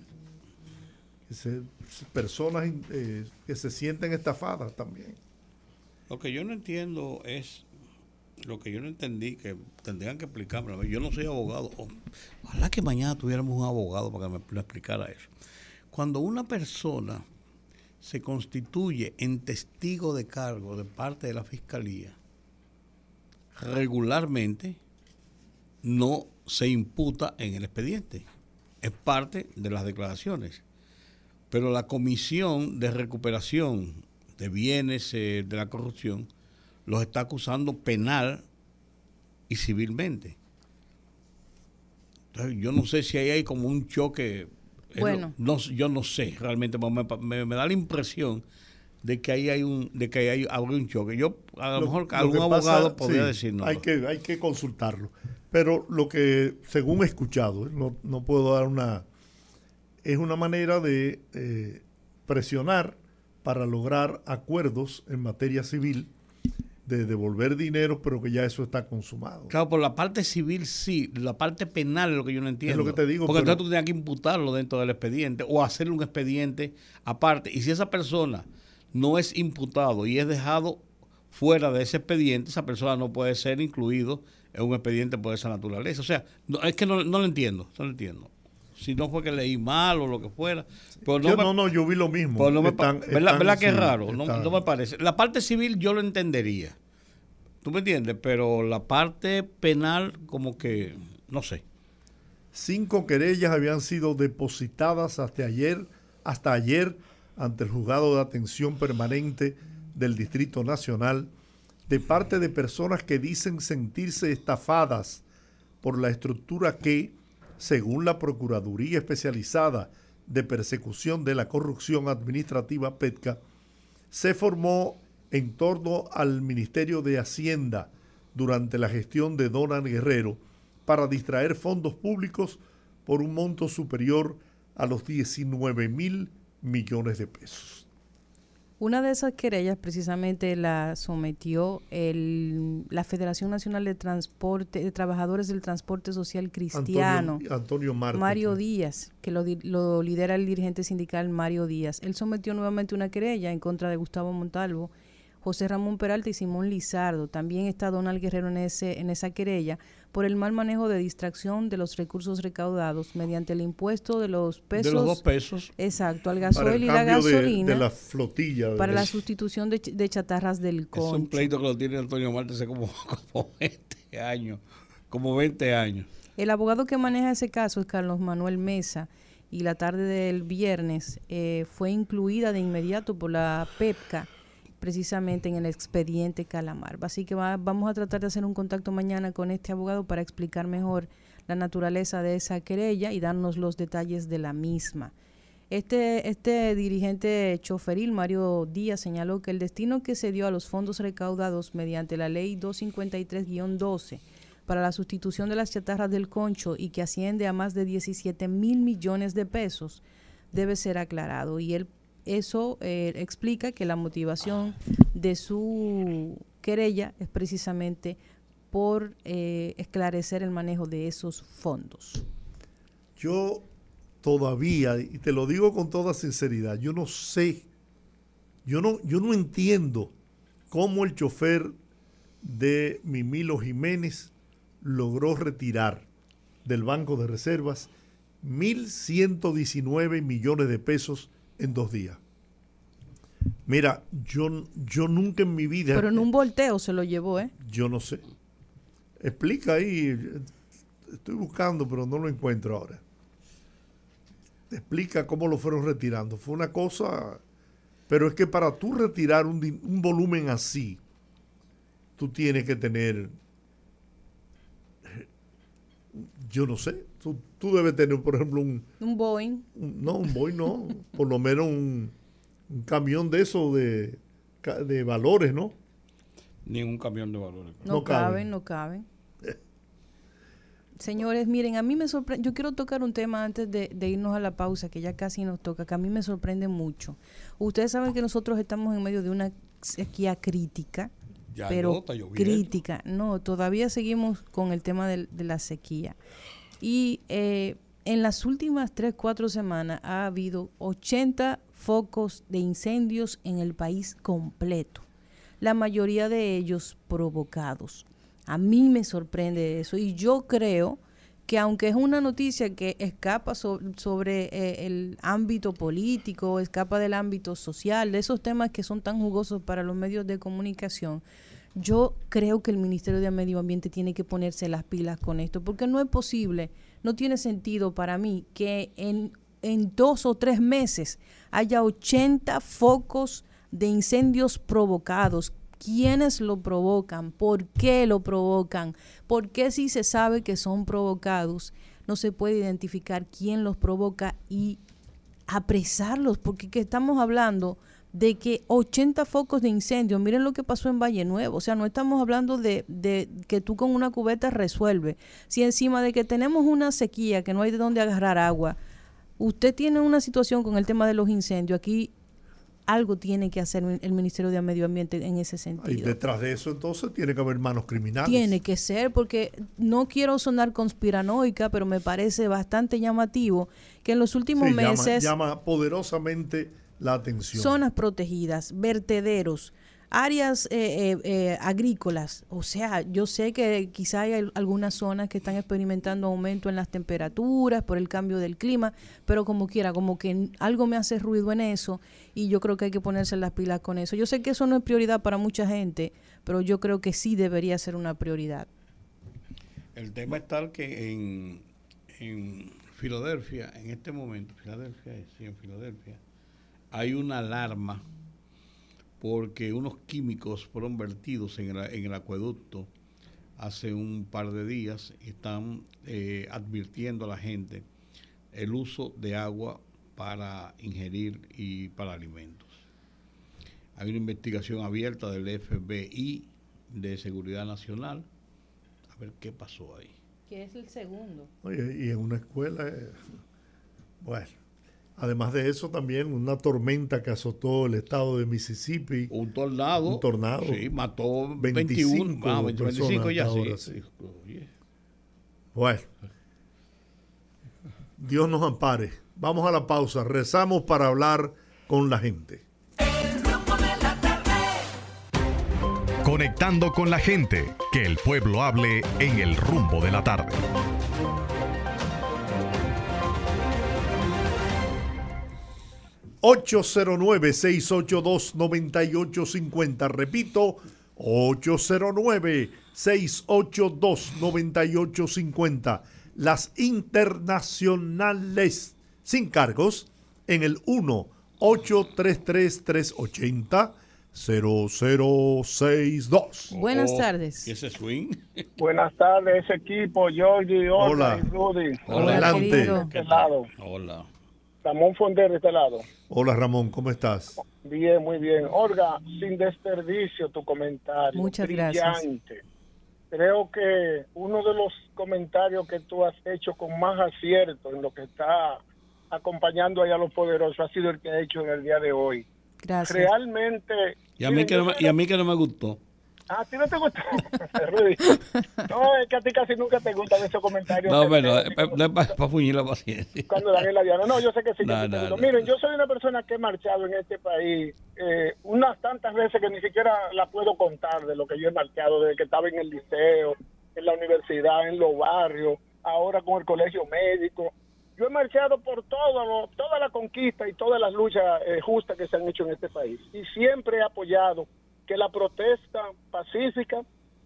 Personas que se sienten estafadas también. Lo que yo no entiendo es, lo que yo no entendí, que tendrían que explicarme. Yo no soy abogado. Ojalá que mañana tuviéramos un abogado para que me explicara eso. Cuando una persona se constituye en testigo de cargo de parte de la Fiscalía, regularmente no se imputa en el expediente. Es parte de las declaraciones. Pero la Comisión de Recuperación de Bienes de la Corrupción los está acusando penal y civilmente. Entonces, yo no sé si ahí hay como un choque. Bueno. Yo no sé, realmente me da la impresión de que ahí habrá un choque. Yo, a lo mejor algún abogado podría decirnos. Hay que consultarlo. Pero lo que, según he escuchado, no puedo dar es una manera de presionar para lograr acuerdos en materia civil, de devolver dinero, pero que ya eso está consumado. Claro, por la parte civil sí, la parte penal es lo que yo no entiendo. Es lo que te digo. Porque entonces tú tienes que imputarlo dentro del expediente o hacerle un expediente aparte. Y si esa persona no es imputado y es dejado fuera de ese expediente, esa persona no puede ser incluido en un expediente por esa naturaleza. O sea, es que no lo entiendo, no lo entiendo. Si no fue que leí mal o lo que fuera. Pero yo vi lo mismo. ¿Verdad que es raro? No me parece. La parte civil yo lo entendería. ¿Tú me entiendes? Pero la parte penal como que, no sé. 5 querellas habían sido depositadas hasta ayer ante el Juzgado de Atención Permanente del Distrito Nacional de parte de personas que dicen sentirse estafadas por la estructura que, según la Procuraduría Especializada de Persecución de la Corrupción Administrativa PETCA, se formó en torno al Ministerio de Hacienda durante la gestión de Donald Guerrero para distraer fondos públicos por un monto superior a los 19.000 millones de pesos. Una de esas querellas precisamente la sometió la Federación Nacional de Transporte, de Trabajadores del Transporte Social Cristiano, Antonio Marte, Mario Díaz, que lo lidera el dirigente sindical Mario Díaz. Él sometió nuevamente una querella en contra de Gustavo Montalvo, José Ramón Peralta y Simón Lizardo. También está Donald Guerrero en esa querella por el mal manejo de distracción de los recursos recaudados mediante el impuesto de los pesos. De los 2 pesos. Exacto, al gasoil y la gasolina. De la flotilla. Para la sustitución de chatarras del concho. Es un pleito que lo tiene Antonio Marte hace como 20 años. Como 20 años. El abogado que maneja ese caso es Carlos Manuel Mesa, y la tarde del viernes fue incluida de inmediato por la PEPCA, precisamente en el expediente Calamar. Así que vamos a tratar de hacer un contacto mañana con este abogado para explicar mejor la naturaleza de esa querella y darnos los detalles de la misma. Este dirigente choferil, Mario Díaz, señaló que el destino que se dio a los fondos recaudados mediante la ley 253-12 para la sustitución de las chatarras del concho y que asciende a más de 17.000 millones de pesos debe ser aclarado, y él explica que la motivación de su querella es precisamente por esclarecer el manejo de esos fondos. Yo todavía, y te lo digo con toda sinceridad, yo no sé, yo no entiendo cómo el chofer de Mimilo Jiménez logró retirar del Banco de Reservas 1.119 millones de pesos en 2 días. Mira, yo nunca en mi vida... Pero en un volteo se lo llevó, ¿eh? Yo no sé. Explica ahí. Estoy buscando, pero no lo encuentro ahora. Explica cómo lo fueron retirando. Fue una cosa... Pero es que para tú retirar un volumen así, tú tienes que tener... Yo no sé. Tú debes tener, por ejemplo, un Boeing. Un Boeing no. Por lo menos un camión de eso de valores, ¿no? Ni un camión de valores. No caben. Señores, miren, a mí me sorprende. Yo quiero tocar un tema antes de irnos a la pausa, que ya casi nos toca, que a mí me sorprende mucho. Ustedes saben que nosotros estamos en medio de una sequía crítica. Ya pero no, está lloviendo. Crítica. No, todavía seguimos con el tema de la sequía. Y en las últimas 3-4 semanas ha habido 80 focos de incendios en el país completo. La mayoría de ellos provocados. A mí me sorprende eso. Y yo creo que aunque es una noticia que escapa sobre el ámbito político, escapa del ámbito social, de esos temas que son tan jugosos para los medios de comunicación, yo creo que el Ministerio de Medio Ambiente tiene que ponerse las pilas con esto, porque no es posible, no tiene sentido para mí que en 2 o 3 meses haya 80 focos de incendios provocados. ¿Quiénes lo provocan? ¿Por qué lo provocan? ¿Por qué si se sabe que son provocados no se puede identificar quién los provoca y apresarlos? Porque que estamos hablando de que 80 focos de incendio, miren lo que pasó en Valle Nuevo, o sea, no estamos hablando de que tú con una cubeta resuelves. Si encima de que tenemos una sequía, que no hay de dónde agarrar agua, usted tiene una situación con el tema de los incendios, aquí algo tiene que hacer el Ministerio de Medio Ambiente en ese sentido. Y detrás de eso entonces tiene que haber manos criminales. Tiene que ser, porque no quiero sonar conspiranoica, pero me parece bastante llamativo que en los últimos meses... Llama poderosamente la atención. Zonas protegidas, vertederos, áreas agrícolas. O sea, yo sé que quizá hay algunas zonas que están experimentando aumento en las temperaturas por el cambio del clima, pero como quiera, como que algo me hace ruido en eso y yo creo que hay que ponerse las pilas con eso. Yo sé que eso no es prioridad para mucha gente, pero yo creo que sí debería ser una prioridad. El tema es tal que en Filadelfia, en este momento, en Filadelfia, hay una alarma porque unos químicos fueron vertidos en el acueducto hace un par de días y están advirtiendo a la gente el uso de agua para ingerir y para alimentos. Hay una investigación abierta del FBI de Seguridad Nacional. A ver qué pasó ahí. Que es el segundo. Oye, y en una escuela, bueno, además de eso también una tormenta que azotó el estado de Mississippi. Un tornado. Sí, mató 25 25 ya ahora, sí. Bueno, Dios nos ampare. Vamos a la pausa. Rezamos para hablar con la gente. Conectando con la gente, que el pueblo hable en el rumbo de la tarde. ...809-682-9850... Repito, 809-682-9850... Las internacionales sin cargos... ...en el 1-833-380-0062... Buenas tardes. ¿Y ese swing? Buenas tardes, ese equipo, Georgie, Hola. y Rudy. Hola, Adelante. querido. De este lado. Hola. Ramón Fonder de este lado. Hola Ramón, ¿cómo estás? Bien, muy bien. Olga, sin desperdicio tu comentario. Muchas gracias. Brillante. Creo que uno de los comentarios que tú has hecho con más acierto en lo que está acompañando ahí a los poderosos ha sido el que ha hecho en el día de hoy. Gracias. Realmente... Y a mí que no me gustó. ¿A ti no te gusta, Rudy? No, es que a ti casi nunca te gustan esos comentarios. No, bueno, es para fuñir la paciencia. Cuando dan la diana. No, yo sé que sí. No, que no, te no. Miren, yo soy una persona que he marchado en este país unas tantas veces que ni siquiera la puedo contar de lo que yo he marchado, desde que estaba en el liceo, en la universidad, en los barrios, ahora con el colegio médico. Yo he marchado por toda la conquista y todas las luchas justas que se han hecho en este país. Y siempre he apoyado que la protesta pacífica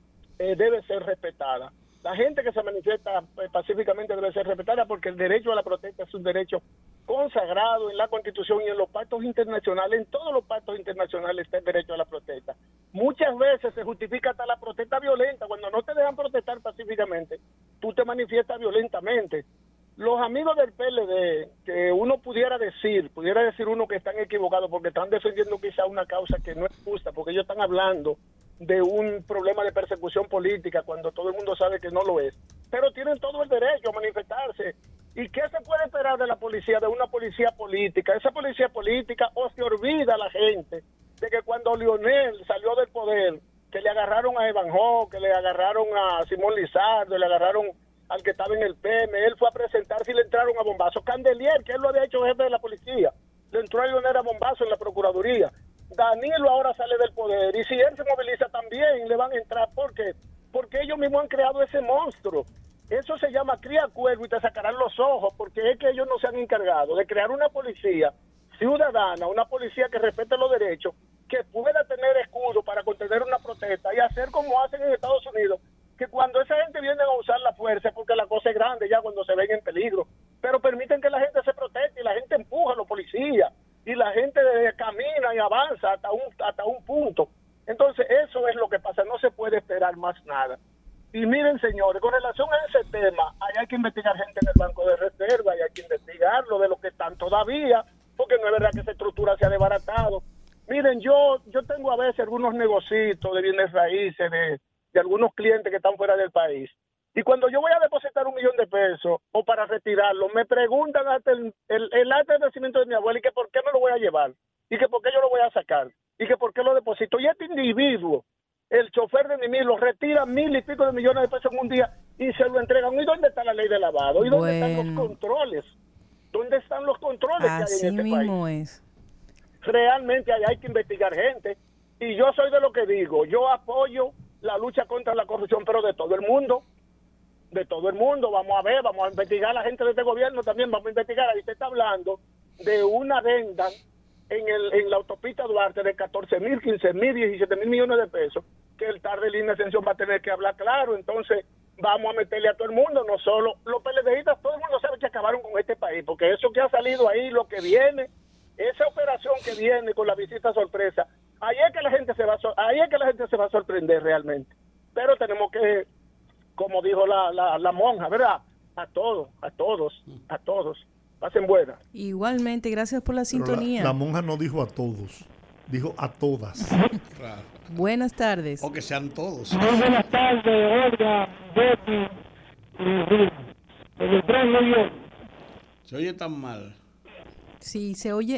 debe ser respetada. La gente que se manifiesta pacíficamente debe ser respetada porque el derecho a la protesta es un derecho consagrado en la Constitución y en los pactos internacionales. En todos los pactos internacionales está el derecho a la protesta. Muchas veces se justifica hasta la protesta violenta. Cuando no te dejan protestar pacíficamente, tú te manifiestas violentamente. Los amigos del PLD, que uno pudiera decir uno que están equivocados porque están defendiendo quizá una causa que no es justa, porque ellos están hablando de un problema de persecución política cuando todo el mundo sabe que no lo es. Pero tienen todo el derecho a manifestarse. ¿Y qué se puede esperar de la policía, de una policía política? Esa policía política, o se olvida a la gente de que cuando Lionel salió del poder, que le agarraron a Evanjo, que le agarraron a Simón Lizardo, le agarraron al que estaba en el PM, él fue a presentarse y le entraron a bombazo. Candelier, que él lo había hecho jefe de la policía, le entró a Lionel a bombazo en la Procuraduría. Danilo ahora sale del poder, y si él se moviliza también, le van a entrar. ¿Por qué? Porque ellos mismos han creado ese monstruo. Eso se llama cría cuervo y te sacarán los ojos, porque es que ellos no se han encargado de crear una policía ciudadana, una policía que respete los derechos, que pueda tener escudo para contener una protesta y hacer como hacen en Estados Unidos, que cuando esa gente viene a usar la fuerza es porque la cosa es grande ya cuando se ven en peligro, pero permiten que la gente se proteste y la gente empuja a los policías y la gente camina y avanza hasta un punto. Entonces eso es lo que pasa, no se puede esperar más nada. Y miren, señores, con relación a ese tema, hay que investigar gente en el Banco de Reserva y hay que investigarlo de lo que están todavía, porque no es verdad que esa estructura se ha desbaratado. Miren, yo tengo a veces algunos negocios de bienes raíces de algunos clientes que están fuera del país. Y cuando yo voy a depositar $1 millón de pesos o para retirarlo, me preguntan hasta el acta de nacimiento de mi abuela y que por qué me lo voy a llevar y que por qué yo lo voy a sacar y que por qué lo deposito. Y este individuo, el chofer de Mimi, lo retira 1,000 y pico de millones de pesos en un día y se lo entregan. ¿Y dónde está la ley de lavado? ¿Y dónde están los controles? ¿Dónde están los controles que hay en este país? Así mismo es. Realmente hay que investigar gente. Y yo soy de le digo, yo apoyo la lucha contra la corrupción, pero de todo el mundo. De todo el mundo, vamos a ver, vamos a investigar a la gente de este gobierno también, vamos a investigar. Ahí se está hablando de una adenda en la autopista Duarte de 14.000, 15.000, 17.000 millones de pesos, que el TAR de Línea Ascensión va a tener que hablar claro. Entonces vamos a meterle a todo el mundo, no solo los PLDistas, todo el mundo sabe que acabaron con este país, porque eso que ha salido ahí, lo que viene, esa operación que viene con la visita sorpresa, ahí es que la gente se va a sorprender realmente. Pero tenemos que, como dijo la monja, ¿verdad? A todos. Pasen buenas. Igualmente, gracias por la sintonía. La monja no dijo a todos, dijo a todas. Claro. Buenas tardes. O que sean todos. Muy buenas tardes, Olga, Betty y Ruth. Desde el Bronx, New York. Se oye tan mal. Sí,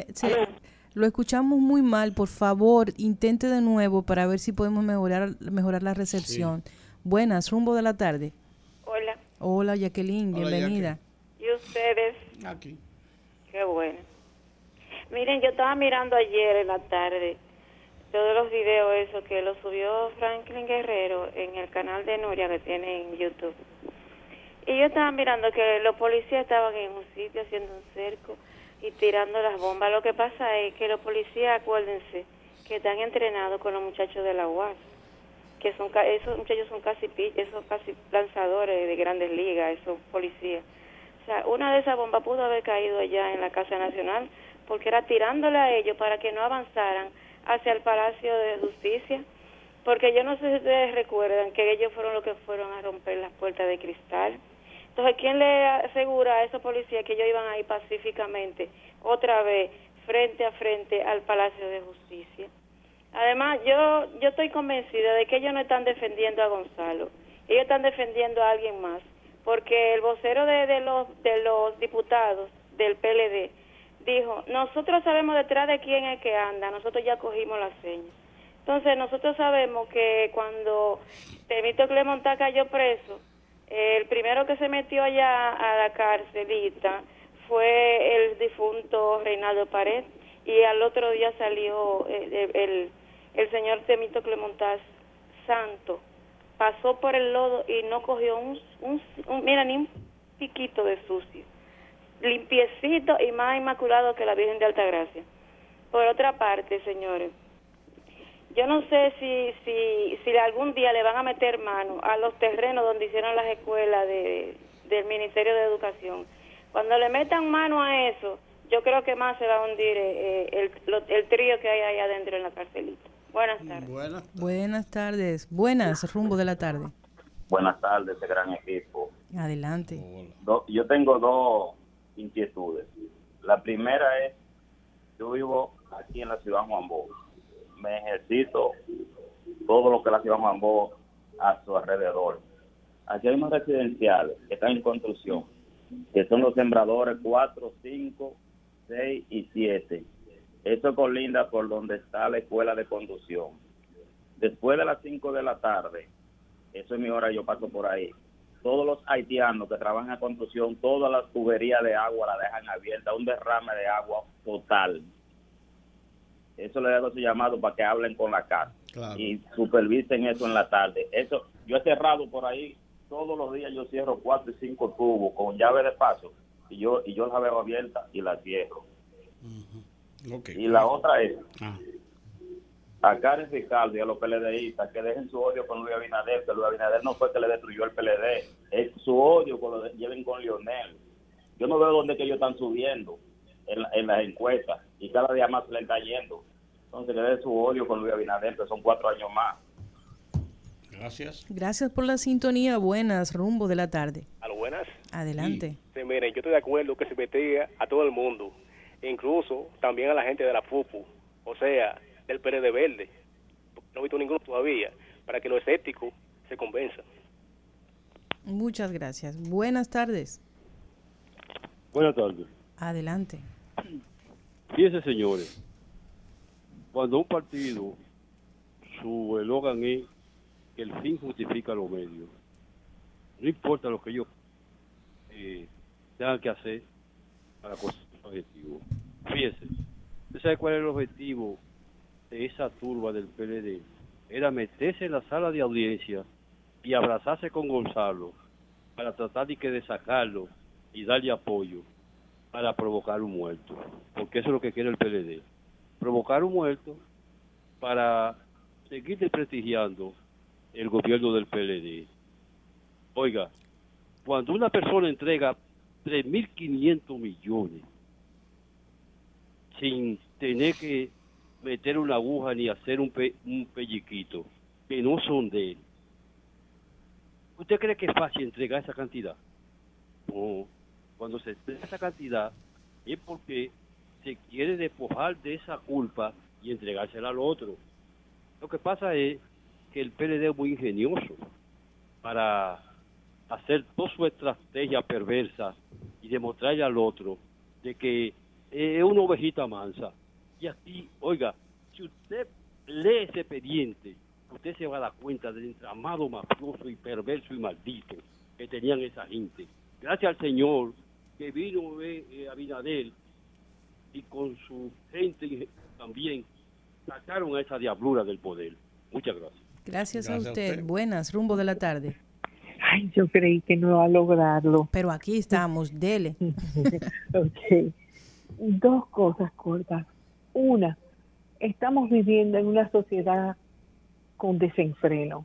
lo escuchamos muy mal. Por favor, intente de nuevo para ver si podemos mejorar la recepción. Sí. Buenas, rumbo de la tarde. Hola. Hola, Jacqueline, Hola, bienvenida. ¿Y ustedes? Aquí. Qué bueno. Miren, yo estaba mirando ayer en la tarde todos los videos esos que lo subió Franklin Guerrero en el canal de Nuria que tiene en YouTube. Y yo estaba mirando que los policías estaban en un sitio haciendo un cerco y tirando las bombas. Lo que pasa es que los policías, acuérdense, que están entrenados con los muchachos de la UAS, que esos muchachos son casi lanzadores de grandes ligas, esos policías. O sea, una de esas bombas pudo haber caído allá en la Casa Nacional porque era tirándole a ellos para que no avanzaran hacia el Palacio de Justicia, porque yo no sé si ustedes recuerdan que ellos fueron los que fueron a romper las puertas de cristal. Entonces, ¿quién le asegura a esos policías que ellos iban a ir pacíficamente otra vez frente a frente al Palacio de Justicia? Además, yo estoy convencida de que ellos no están defendiendo a Gonzalo, ellos están defendiendo a alguien más, porque el vocero de los diputados del PLD dijo, nosotros sabemos detrás de quién es que anda, nosotros ya cogimos la seña. Entonces, nosotros sabemos que cuando Temito Clemontá cayó preso, el primero que se metió allá a la carcelita fue el difunto Reinaldo Pared, y al otro día salió el señor Temito Clemontá santo, pasó por el lodo y no cogió mira, ni un piquito de sucio, limpiecito y más inmaculado que la Virgen de Altagracia. Por otra parte, señores, yo no sé si algún día le van a meter mano a los terrenos donde hicieron las escuelas del Ministerio de Educación. Cuando le metan mano a eso, yo creo que más se va a hundir el trío que hay ahí adentro en la carcelita. Buenas tardes. Buenas tardes. Buenas, rumbo de la tarde. Buenas tardes, este gran equipo. Adelante. Yo tengo dos inquietudes. La primera es, yo vivo aquí en la ciudad Juan Bosch. Me ejercito todo lo que la ciudad Juan Bosch a su alrededor. Aquí hay unos residenciales que están en construcción, que son los sembradores 4, 5, 6 y 7. Eso colinda por donde está la escuela de conducción. Después de las 5 de la tarde, eso es mi hora, yo paso por ahí. Todos los haitianos que trabajan en construcción, todas las tuberías de agua la dejan abierta, un derrame de agua total. Eso le hago su llamado para que hablen con la casa. Claro. Y supervisen eso en la tarde. Eso, yo he cerrado por ahí, todos los días yo cierro 4 y 5 tubos con llave de paso, y yo la veo abierta y la cierro. Okay. Y la otra es a Karen Ricardo y a los PLDistas que dejen su odio con Luis Abinader, que Luis Abinader no fue que le destruyó el PLD, es su odio que lo lleven con Lionel. Yo no veo dónde que ellos están subiendo en las encuestas y cada día más se le está yendo. Entonces que dejen su odio con Luis Abinader, que son 4 años más. Gracias. Gracias por la sintonía. Buenas, rumbo de la tarde. ¿A lo buenas? Adelante. Sí, miren, yo estoy de acuerdo que se investigue a todo el mundo, incluso también a la gente de la FUPU, o sea, del PRD Verde. No he visto ninguno todavía, para que los escépticos se convenzan. Muchas gracias. Buenas tardes. Buenas tardes. Adelante. Fíjense, señores, cuando un partido, su eslogan es que el fin justifica los medios, no importa lo que ellos tengan que hacer para conseguir el objetivo. Fíjense, ¿usted sabe cuál es el objetivo de esa turba del PLD? era meterse en la sala de audiencia y abrazarse con Gonzalo para tratar de sacarlo y darle apoyo para provocar un muerto, porque eso es lo que quiere el PLD, provocar un muerto para seguir desprestigiando el gobierno del PLD. Oiga, cuando una persona entrega 3.500 millones sin tener que meter una aguja ni hacer un pelliquito, que no son de él, ¿usted cree que es fácil entregar esa cantidad? No. Cuando se entrega esa cantidad es porque se quiere despojar de esa culpa y entregársela al otro. Lo que pasa es que el PLD es muy ingenioso para hacer toda su estrategia perversa y demostrarle al otro de que es una ovejita mansa. Y aquí, oiga, si usted lee ese expediente, usted se va a dar cuenta del entramado mafioso y perverso y maldito que tenían esa gente. Gracias al Señor que vino Abinader y con su gente también sacaron a esa diablura del poder. Muchas gracias. Gracias a usted. Buenas, rumbo de la tarde. Ay, yo creí que no iba a lograrlo. Pero aquí estamos, dele. Ok. Dos cosas cortas. Una, estamos viviendo en una sociedad con desenfreno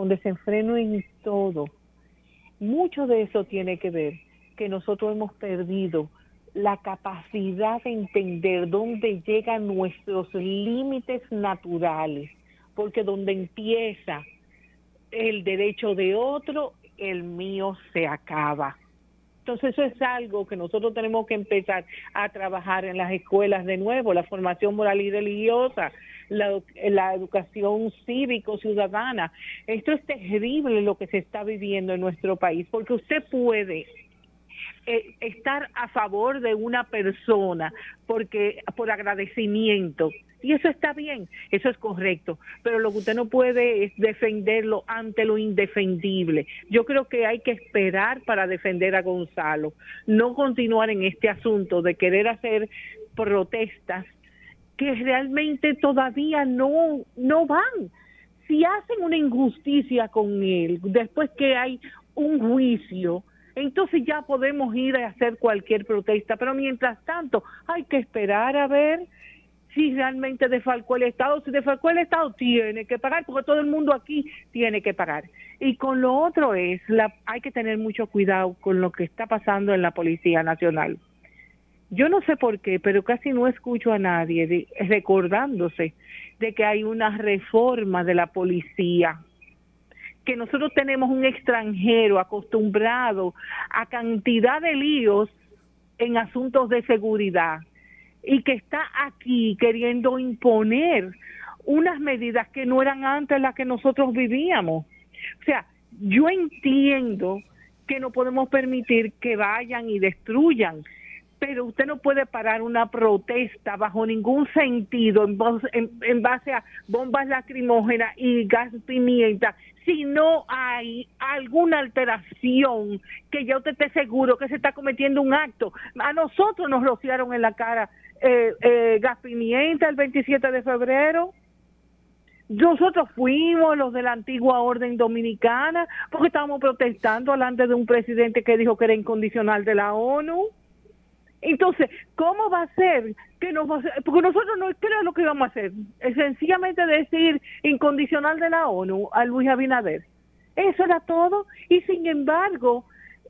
en todo. Mucho de eso tiene que ver que nosotros hemos perdido la capacidad de entender dónde llegan nuestros límites naturales, porque donde empieza el derecho de otro, el mío se acaba. Entonces eso es algo que nosotros tenemos que empezar a trabajar en las escuelas de nuevo, la formación moral y religiosa, la educación cívico-ciudadana. Esto es terrible lo que se está viviendo en nuestro país, porque usted puede estar a favor de una persona por agradecimiento, y eso está bien, eso es correcto, pero lo que usted no puede es defenderlo ante lo indefendible. Yo creo que hay que esperar para defender a Gonzalo, no continuar en este asunto de querer hacer protestas que realmente todavía no van. Si hacen una injusticia con él, después que hay un juicio, entonces ya podemos ir a hacer cualquier protesta, pero mientras tanto hay que esperar a ver si realmente defalcó el Estado. Si defalcó el Estado, tiene que pagar, porque todo el mundo aquí tiene que pagar. Y con lo otro hay que tener mucho cuidado con lo que está pasando en la Policía Nacional. Yo no sé por qué, pero casi no escucho a nadie recordándose de que hay una reforma de la policía, que nosotros tenemos un extranjero acostumbrado a cantidad de líos en asuntos de seguridad y que está aquí queriendo imponer unas medidas que no eran antes las que nosotros vivíamos. O sea, yo entiendo que no podemos permitir que vayan y destruyan, pero usted no puede parar una protesta bajo ningún sentido en base a bombas lacrimógenas y gas pimienta, si no hay alguna alteración que ya usted esté seguro que se está cometiendo un acto. A nosotros nos rociaron en la cara gas pimienta el 27 de febrero. Nosotros fuimos los de la antigua orden dominicana porque estábamos protestando delante de un presidente que dijo que era incondicional de la ONU. Entonces, ¿cómo va a ser que nos va a hacer? Porque nosotros no, ¿qué era lo que íbamos a hacer? Es sencillamente decir incondicional de la ONU a Luis Abinader. Eso era todo. Y sin embargo,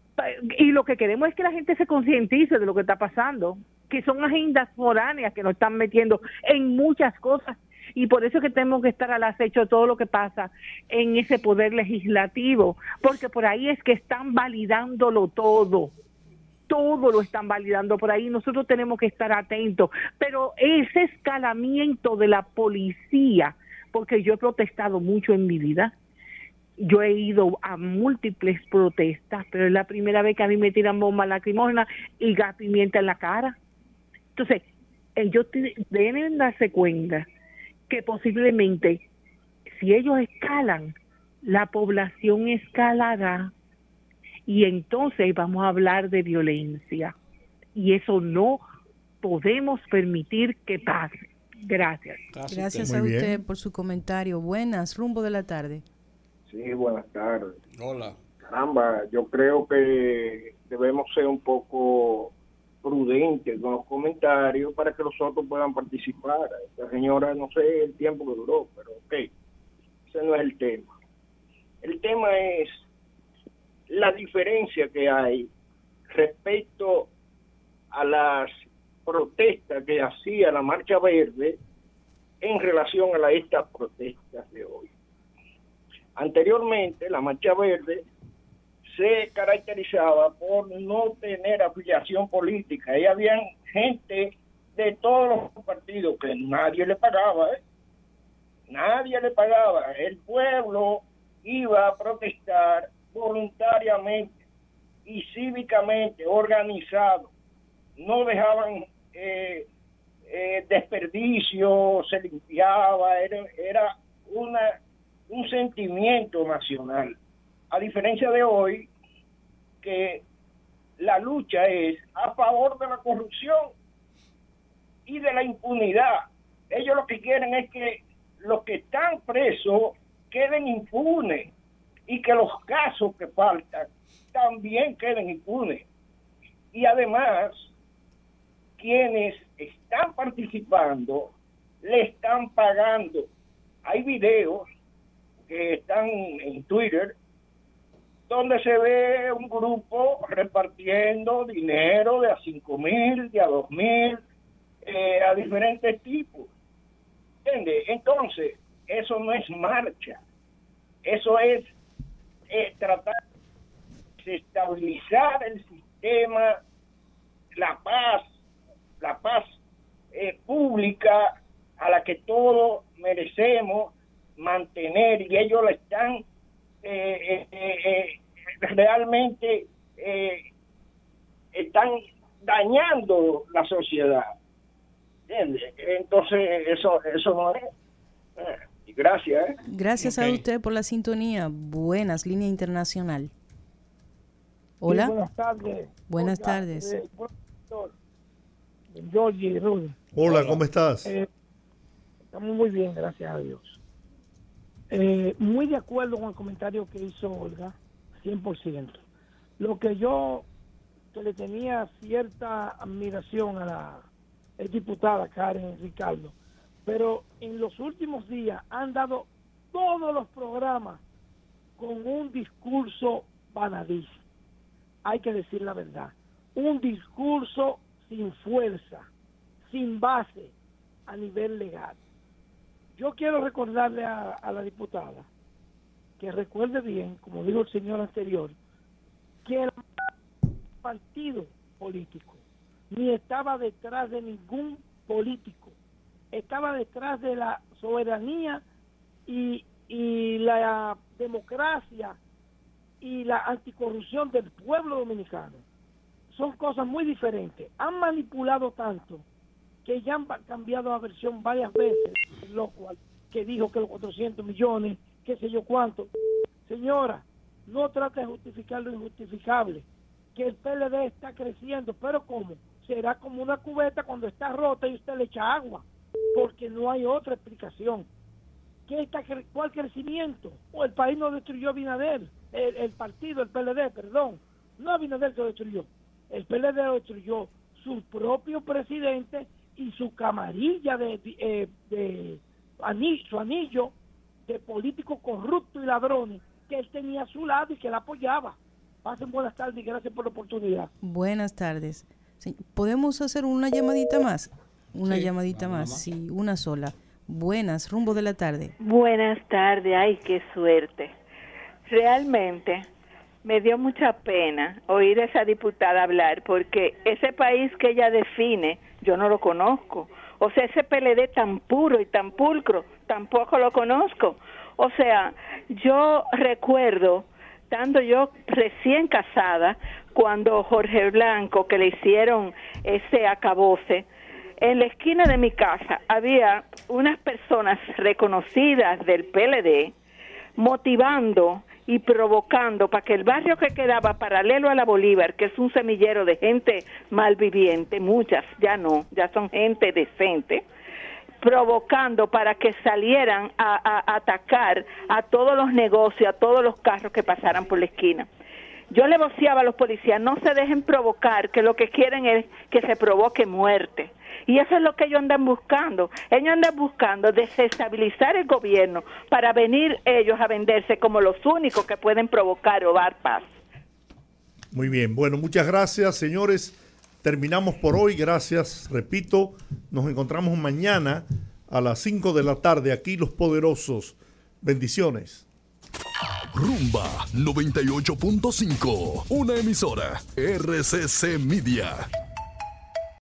y lo que queremos es que la gente se concientice de lo que está pasando, que son agendas foráneas que nos están metiendo en muchas cosas. Y por eso es que tenemos que estar al acecho de todo lo que pasa en ese poder legislativo, porque por ahí es que están validándolo todo. Todo lo están validando por ahí, nosotros tenemos que estar atentos, pero ese escalamiento de la policía, porque yo he protestado mucho en mi vida, yo he ido a múltiples protestas, pero es la primera vez que a mí me tiran bombas lacrimógenas y gas pimienta en la cara. Entonces, ellos deben darse cuenta que posiblemente si ellos escalan, la población escalará. Y entonces vamos a hablar de violencia. Y eso no podemos permitir que pase. Gracias. Gracias a usted por su comentario. Buenas, rumbo de la tarde. Sí, buenas tardes. Hola. Caramba, yo creo que debemos ser un poco prudentes con los comentarios para que los otros puedan participar. Esta señora, no sé el tiempo que duró, pero ok, ese no es el tema. El tema es la diferencia que hay respecto a las protestas que hacía la Marcha Verde en relación a estas protestas de hoy. Anteriormente, la Marcha Verde se caracterizaba por no tener afiliación política. Y había gente de todos los partidos que nadie le pagaba, Nadie le pagaba. El pueblo iba a protestar voluntariamente y cívicamente, organizado. No dejaban desperdicio, se limpiaba, era un sentimiento nacional. A diferencia de hoy, que la lucha es a favor de la corrupción y de la impunidad. Ellos lo que quieren es que los que están presos queden impunes y que los casos que faltan también queden impunes. Y además, quienes están participando le están pagando. Hay videos que están en Twitter donde se ve un grupo repartiendo dinero de a 5,000, de a 2,000, a diferentes tipos. ¿Entiendes? Entonces, eso no es marcha. Eso es tratar de estabilizar el sistema, la paz pública a la que todos merecemos mantener, y ellos la están realmente están dañando la sociedad. ¿Entiendes? Entonces eso no es. Gracias. Gracias a usted por la sintonía. Buenas, línea internacional. Hola. Sí, buenas tardes. Buenas tardes. Georgie y Rudy. Hola, ¿cómo estás? Estamos muy bien, gracias a Dios. Muy de acuerdo con el comentario que hizo Olga, 100%. Lo que yo que le tenía cierta admiración a la diputada Karen Ricardo, pero en los últimos días han dado todos los programas con un discurso vanadiz. Hay que decir la verdad. Un discurso sin fuerza, sin base a nivel legal. Yo quiero recordarle a la diputada que recuerde bien, como dijo el señor anterior, que el partido político ni estaba detrás de ningún político, estaba detrás de la soberanía y la democracia y la anticorrupción del pueblo dominicano. Son cosas muy diferentes. Han manipulado tanto que ya han cambiado la versión varias veces, lo cual que dijo que los 400 millones, qué sé yo cuánto. Señora, no trate de justificar lo injustificable, que el PLD está creciendo, pero ¿cómo? Será como una cubeta cuando está rota y usted le echa agua, porque no hay otra explicación. ¿Cuál crecimiento? El país no destruyó Abinader, el partido, el PLD, perdón, no Abinader se destruyó, el PLD lo destruyó su propio presidente y su camarilla su anillo de político corrupto y ladrones que él tenía a su lado y que la apoyaba. Pasen buenas tardes y gracias por la oportunidad. Buenas tardes. Sí, ¿podemos hacer una llamadita más? Llamadita más, sí, una sola. Buenas, rumbo de la tarde. Buenas tardes, ay, qué suerte. Realmente me dio mucha pena oír a esa diputada hablar, porque ese país que ella define, yo no lo conozco. O sea, ese PLD tan puro y tan pulcro, tampoco lo conozco. O sea, yo recuerdo, estando yo recién casada, cuando Jorge Blanco, que le hicieron ese acabose, en la esquina de mi casa había unas personas reconocidas del PLD motivando y provocando para que el barrio que quedaba paralelo a la Bolívar, que es un semillero de gente malviviente, muchas, ya no, ya son gente decente, provocando para que salieran a atacar a todos los negocios, a todos los carros que pasaran por la esquina. Yo le voceaba a los policías, no se dejen provocar, que lo que quieren es que se provoque muerte. Y eso es lo que ellos andan buscando. Ellos andan buscando desestabilizar el gobierno para venir ellos a venderse como los únicos que pueden provocar o dar paz. Muy bien, bueno, muchas gracias, señores. Terminamos por hoy, gracias, repito, nos encontramos mañana a las 5 de la tarde, aquí Los Poderosos. Bendiciones. Rumba 98.5, una emisora RCC Media.